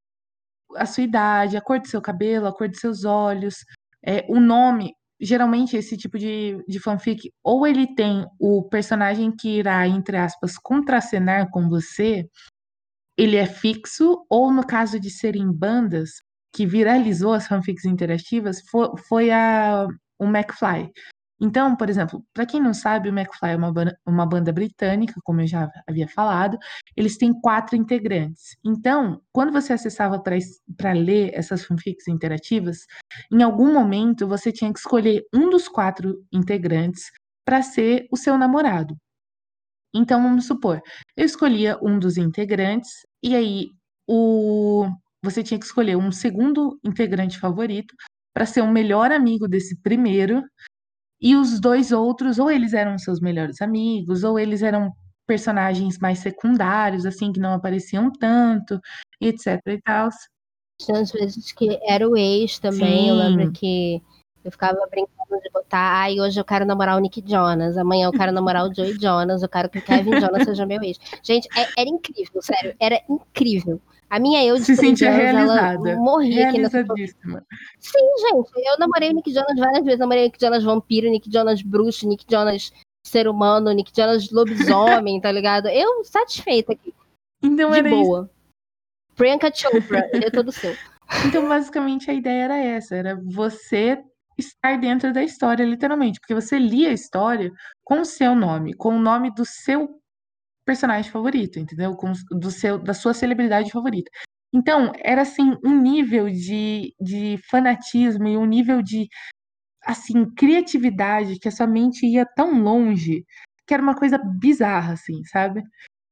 a sua idade, a cor do seu cabelo, a cor dos seus olhos, é, o nome. Geralmente, esse tipo de, de fanfic, ou ele tem o personagem que irá, entre aspas, contracenar com você, ele é fixo, ou no caso de serem bandas, que viralizou as fanfics interativas, fo- foi, a, o McFly. Então, por exemplo, para quem não sabe, o McFly é uma, ban- uma banda britânica, como eu já havia falado, eles têm quatro integrantes. Então, quando você acessava para ler essas fanfics interativas, em algum momento você tinha que escolher um dos quatro integrantes para ser o seu namorado. Então, vamos supor, eu escolhia um dos integrantes, e aí o... você tinha que escolher um segundo integrante favorito para ser o melhor amigo desse primeiro, e os dois outros, ou eles eram seus melhores amigos, ou eles eram personagens mais secundários, assim, que não apareciam tanto, e etc e tal.
Tinha às vezes que era o ex também. Eu lembro
Sim,
que eu ficava brincando de botar, ai, hoje eu quero namorar o Nick Jonas, amanhã eu quero namorar o Joey Jonas, eu quero que o Kevin Jonas seja meu ex. Gente, é- era incrível, sério, era incrível. A minha eu de
se
treze
sentia
anos, ela
realizada,
morria aqui nessa.
realizadíssima.
Sim, gente, eu namorei o Nick Jonas várias vezes, namorei o Nick Jonas vampiro, Nick Jonas bruxo, Nick Jonas ser humano, Nick Jonas lobisomem, tá ligado? Eu satisfeita aqui,
Então
de
era isso.
boa. Priyanka Chopra, ele é todo seu.
Então, basicamente, a ideia era essa, era você estar dentro da história, literalmente, porque você lia a história com o seu nome, com o nome do seu personagem favorito, entendeu? Com, do seu, da sua celebridade favorita. Então, era assim, um nível de, de fanatismo e um nível de assim, criatividade que a sua mente ia tão longe que era uma coisa bizarra, assim, sabe?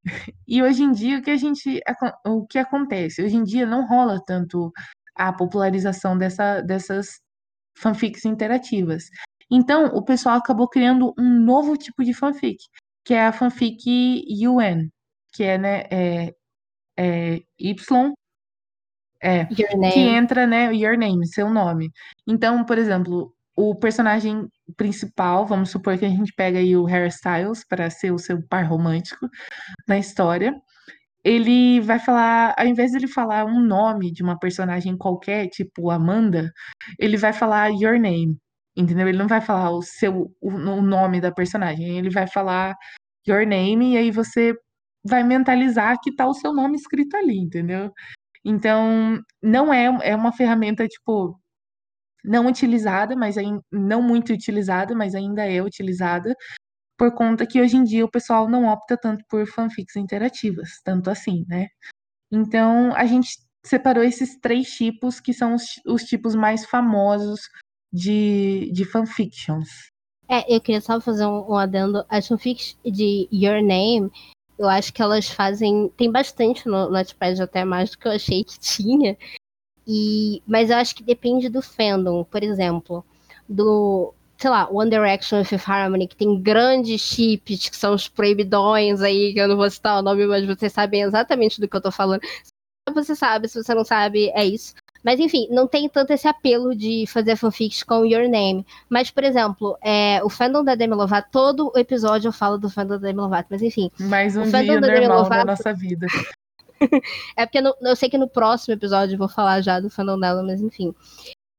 E hoje em dia, o que a gente, o que acontece? Hoje em dia não rola tanto a popularização dessa, dessas fanfics interativas. Então, o pessoal acabou criando um novo tipo de fanfic, que é a fanfic U N, que é, né, é, é Y, é,
Your
que
name.
entra, né, your name, seu nome. Então, por exemplo, o personagem principal, vamos supor que a gente pega aí o Harry Styles para ser o seu par romântico na história, ele vai falar, ao invés de ele falar um nome de uma personagem qualquer, tipo Amanda, ele vai falar your name, entendeu? Ele não vai falar o seu o, o nome da personagem, ele vai falar your name e aí você vai mentalizar que tá o seu nome escrito ali, entendeu? Então, não é, é uma ferramenta, tipo, não utilizada, mas ain- não muito utilizada, mas ainda é utilizada, por conta que hoje em dia o pessoal não opta tanto por fanfics interativas, tanto assim, né? Então, a gente separou esses três tipos, que são os, os tipos mais famosos de, de fanfictions.
É, eu queria só fazer um, um adendo. As fanfics de Your Name, eu acho que elas fazem. Tem bastante no Wattpad, até mais do que eu achei que tinha. E, mas eu acho que depende do fandom. Por exemplo, do, sei lá, One Direction e Fifth Harmony, que tem grandes chips, que são os proibidões aí, que eu não vou citar o nome, mas vocês sabem exatamente do que eu tô falando. Se você sabe, se você não sabe, é isso. Mas enfim, não tem tanto esse apelo de fazer fanfics com Your Name. Mas, por exemplo, é, o fandom da Demi Lovato, todo episódio eu falo do fandom da Demi Lovato, mas enfim.
Mais
O
um
fandom
dia
da Demi
normal da
Lovato
nossa vida.
é porque no- eu sei que no próximo episódio eu vou falar já do fandom dela, mas enfim.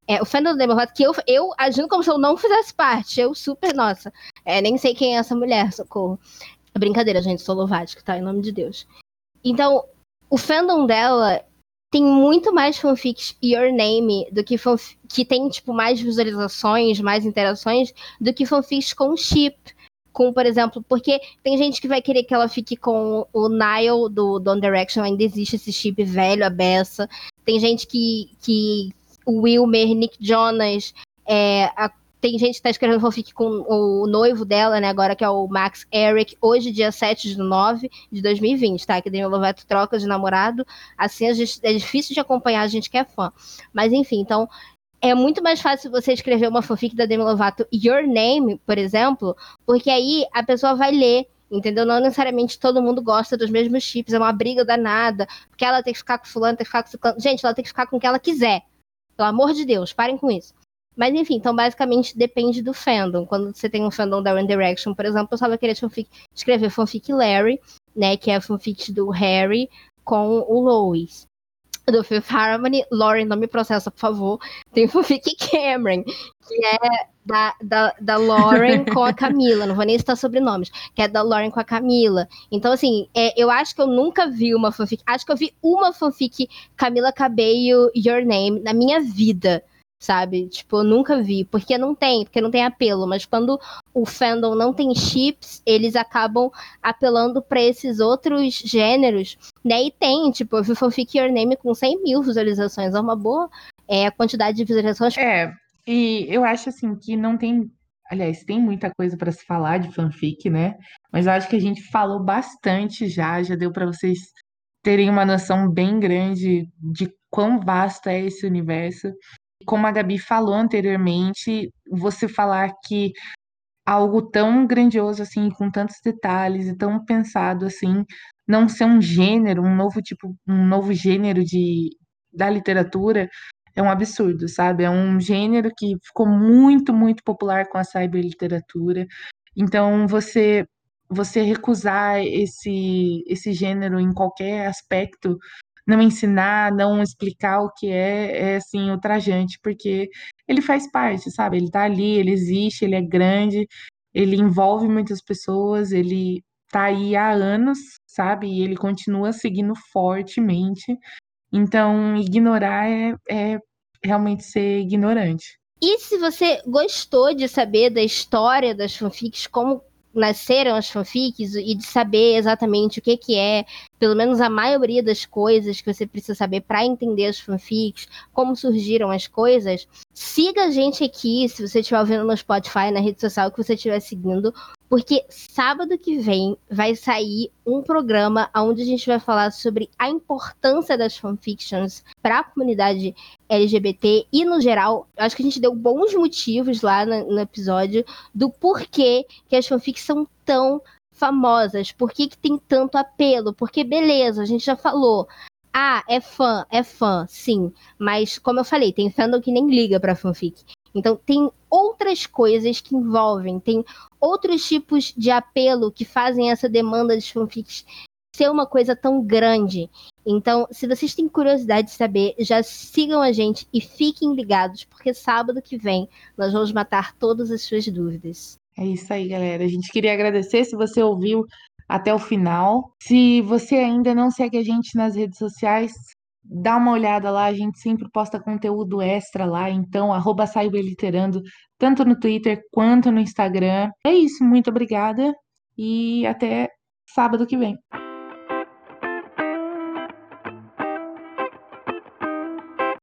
É, o fandom do Demi Lovato, que eu, eu agindo como se eu não fizesse parte. Eu super, nossa. É, nem sei quem é essa mulher, socorro. Brincadeira, gente, sou Lovatic, tá? Em nome de Deus. Então, o fandom dela tem muito mais fanfics Your Name do que fanfic, que tem, tipo, mais visualizações, mais interações, do que fanfics com chip. Com, por exemplo, porque tem gente que vai querer que ela fique com o Niall do, do One Direction, ainda existe esse chip velho, a beça. Tem gente que, que o Wilmer, Nick Jonas, é, a, tem gente que tá escrevendo fanfic com o noivo dela, né, agora que é o Max Eric, hoje, dia sete de nove de dois mil e vinte, tá? Que Demi Lovato troca de namorado, assim a gente, é difícil de acompanhar a gente que é fã. Mas enfim, então, é muito mais fácil você escrever uma fanfic da Demi Lovato, Your Name, por exemplo, porque aí a pessoa vai ler, entendeu? Não necessariamente todo mundo gosta dos mesmos chips, é uma briga danada, porque ela tem que ficar com fulano, tem que ficar com fulano. Gente, ela tem que ficar com o que ela quiser. Pelo amor de Deus, parem com isso. Mas enfim, então basicamente depende do fandom. Quando você tem um fandom da One Direction, por exemplo, eu só vou querer fanfic, escrever fanfic Larry, né, que é a fanfic do Harry com o Lois. Do Fifth Harmony, Lauren, não me processa, por favor. Tem fanfic Cameron, que é da, da, da Lauren com a Camila. Não vou nem citar sobrenomes, que é da Lauren com a Camila. Então, assim, é, eu acho que eu nunca vi uma fanfic. Acho que eu vi uma fanfic Camila Cabello, Your Name, na minha vida. Sabe? Tipo, eu nunca vi. Porque não tem, porque não tem apelo. Mas quando o fandom não tem chips, eles acabam apelando pra esses outros gêneros, né? E tem, tipo, eu vi fanfic Your Name com cem mil visualizações. É uma boa é, quantidade de visualizações.
É, e eu acho assim que não tem. Aliás, tem muita coisa para se falar de fanfic, né? Mas eu acho que a gente falou bastante já, já deu para vocês terem uma noção bem grande de quão vasto é esse universo. Como a Gabi falou anteriormente, você falar que algo tão grandioso assim, com tantos detalhes e tão pensado assim, não ser um gênero, um novo tipo, um novo gênero de da literatura, é um absurdo, sabe? É um gênero que ficou muito, muito popular com a cyberliteratura. Então, você você recusar esse esse gênero em qualquer aspecto, não ensinar, não explicar o que é, é assim, ultrajante, porque ele faz parte, sabe? Ele tá ali, ele existe, ele é grande, ele envolve muitas pessoas, ele tá aí há anos, sabe? E ele continua seguindo fortemente. Então, ignorar é, é realmente ser ignorante.
E se você gostou de saber da história das fanfics, como nasceram as fanfics e de saber exatamente o que que é, pelo menos a maioria das coisas que você precisa saber para entender as fanfics, como surgiram as coisas, siga a gente aqui, se você estiver ouvindo no Spotify, na rede social que você estiver seguindo, porque sábado que vem vai sair um programa onde a gente vai falar sobre a importância das fanfictions para a comunidade L G B T e no geral. Acho que a gente deu bons motivos lá no, no episódio do porquê que as fanfics são tão famosas, por que que tem tanto apelo, porque beleza, a gente já falou, ah, é fã, é fã, sim, mas como eu falei, tem fandom que nem liga pra fanfic. Então tem outras coisas que envolvem, tem outros tipos de apelo que fazem essa demanda de fanfics ser uma coisa tão grande. Então, se vocês têm curiosidade de saber, já sigam a gente e fiquem ligados, porque sábado que vem nós vamos matar todas as suas dúvidas.
É isso aí, galera. A gente queria agradecer se você ouviu até o final. Se você ainda não segue a gente nas redes sociais, dá uma olhada lá. A gente sempre posta conteúdo extra lá. Então, arroba Cyberliterando, tanto no Twitter quanto no Instagram. É isso. Muito obrigada e até sábado que vem.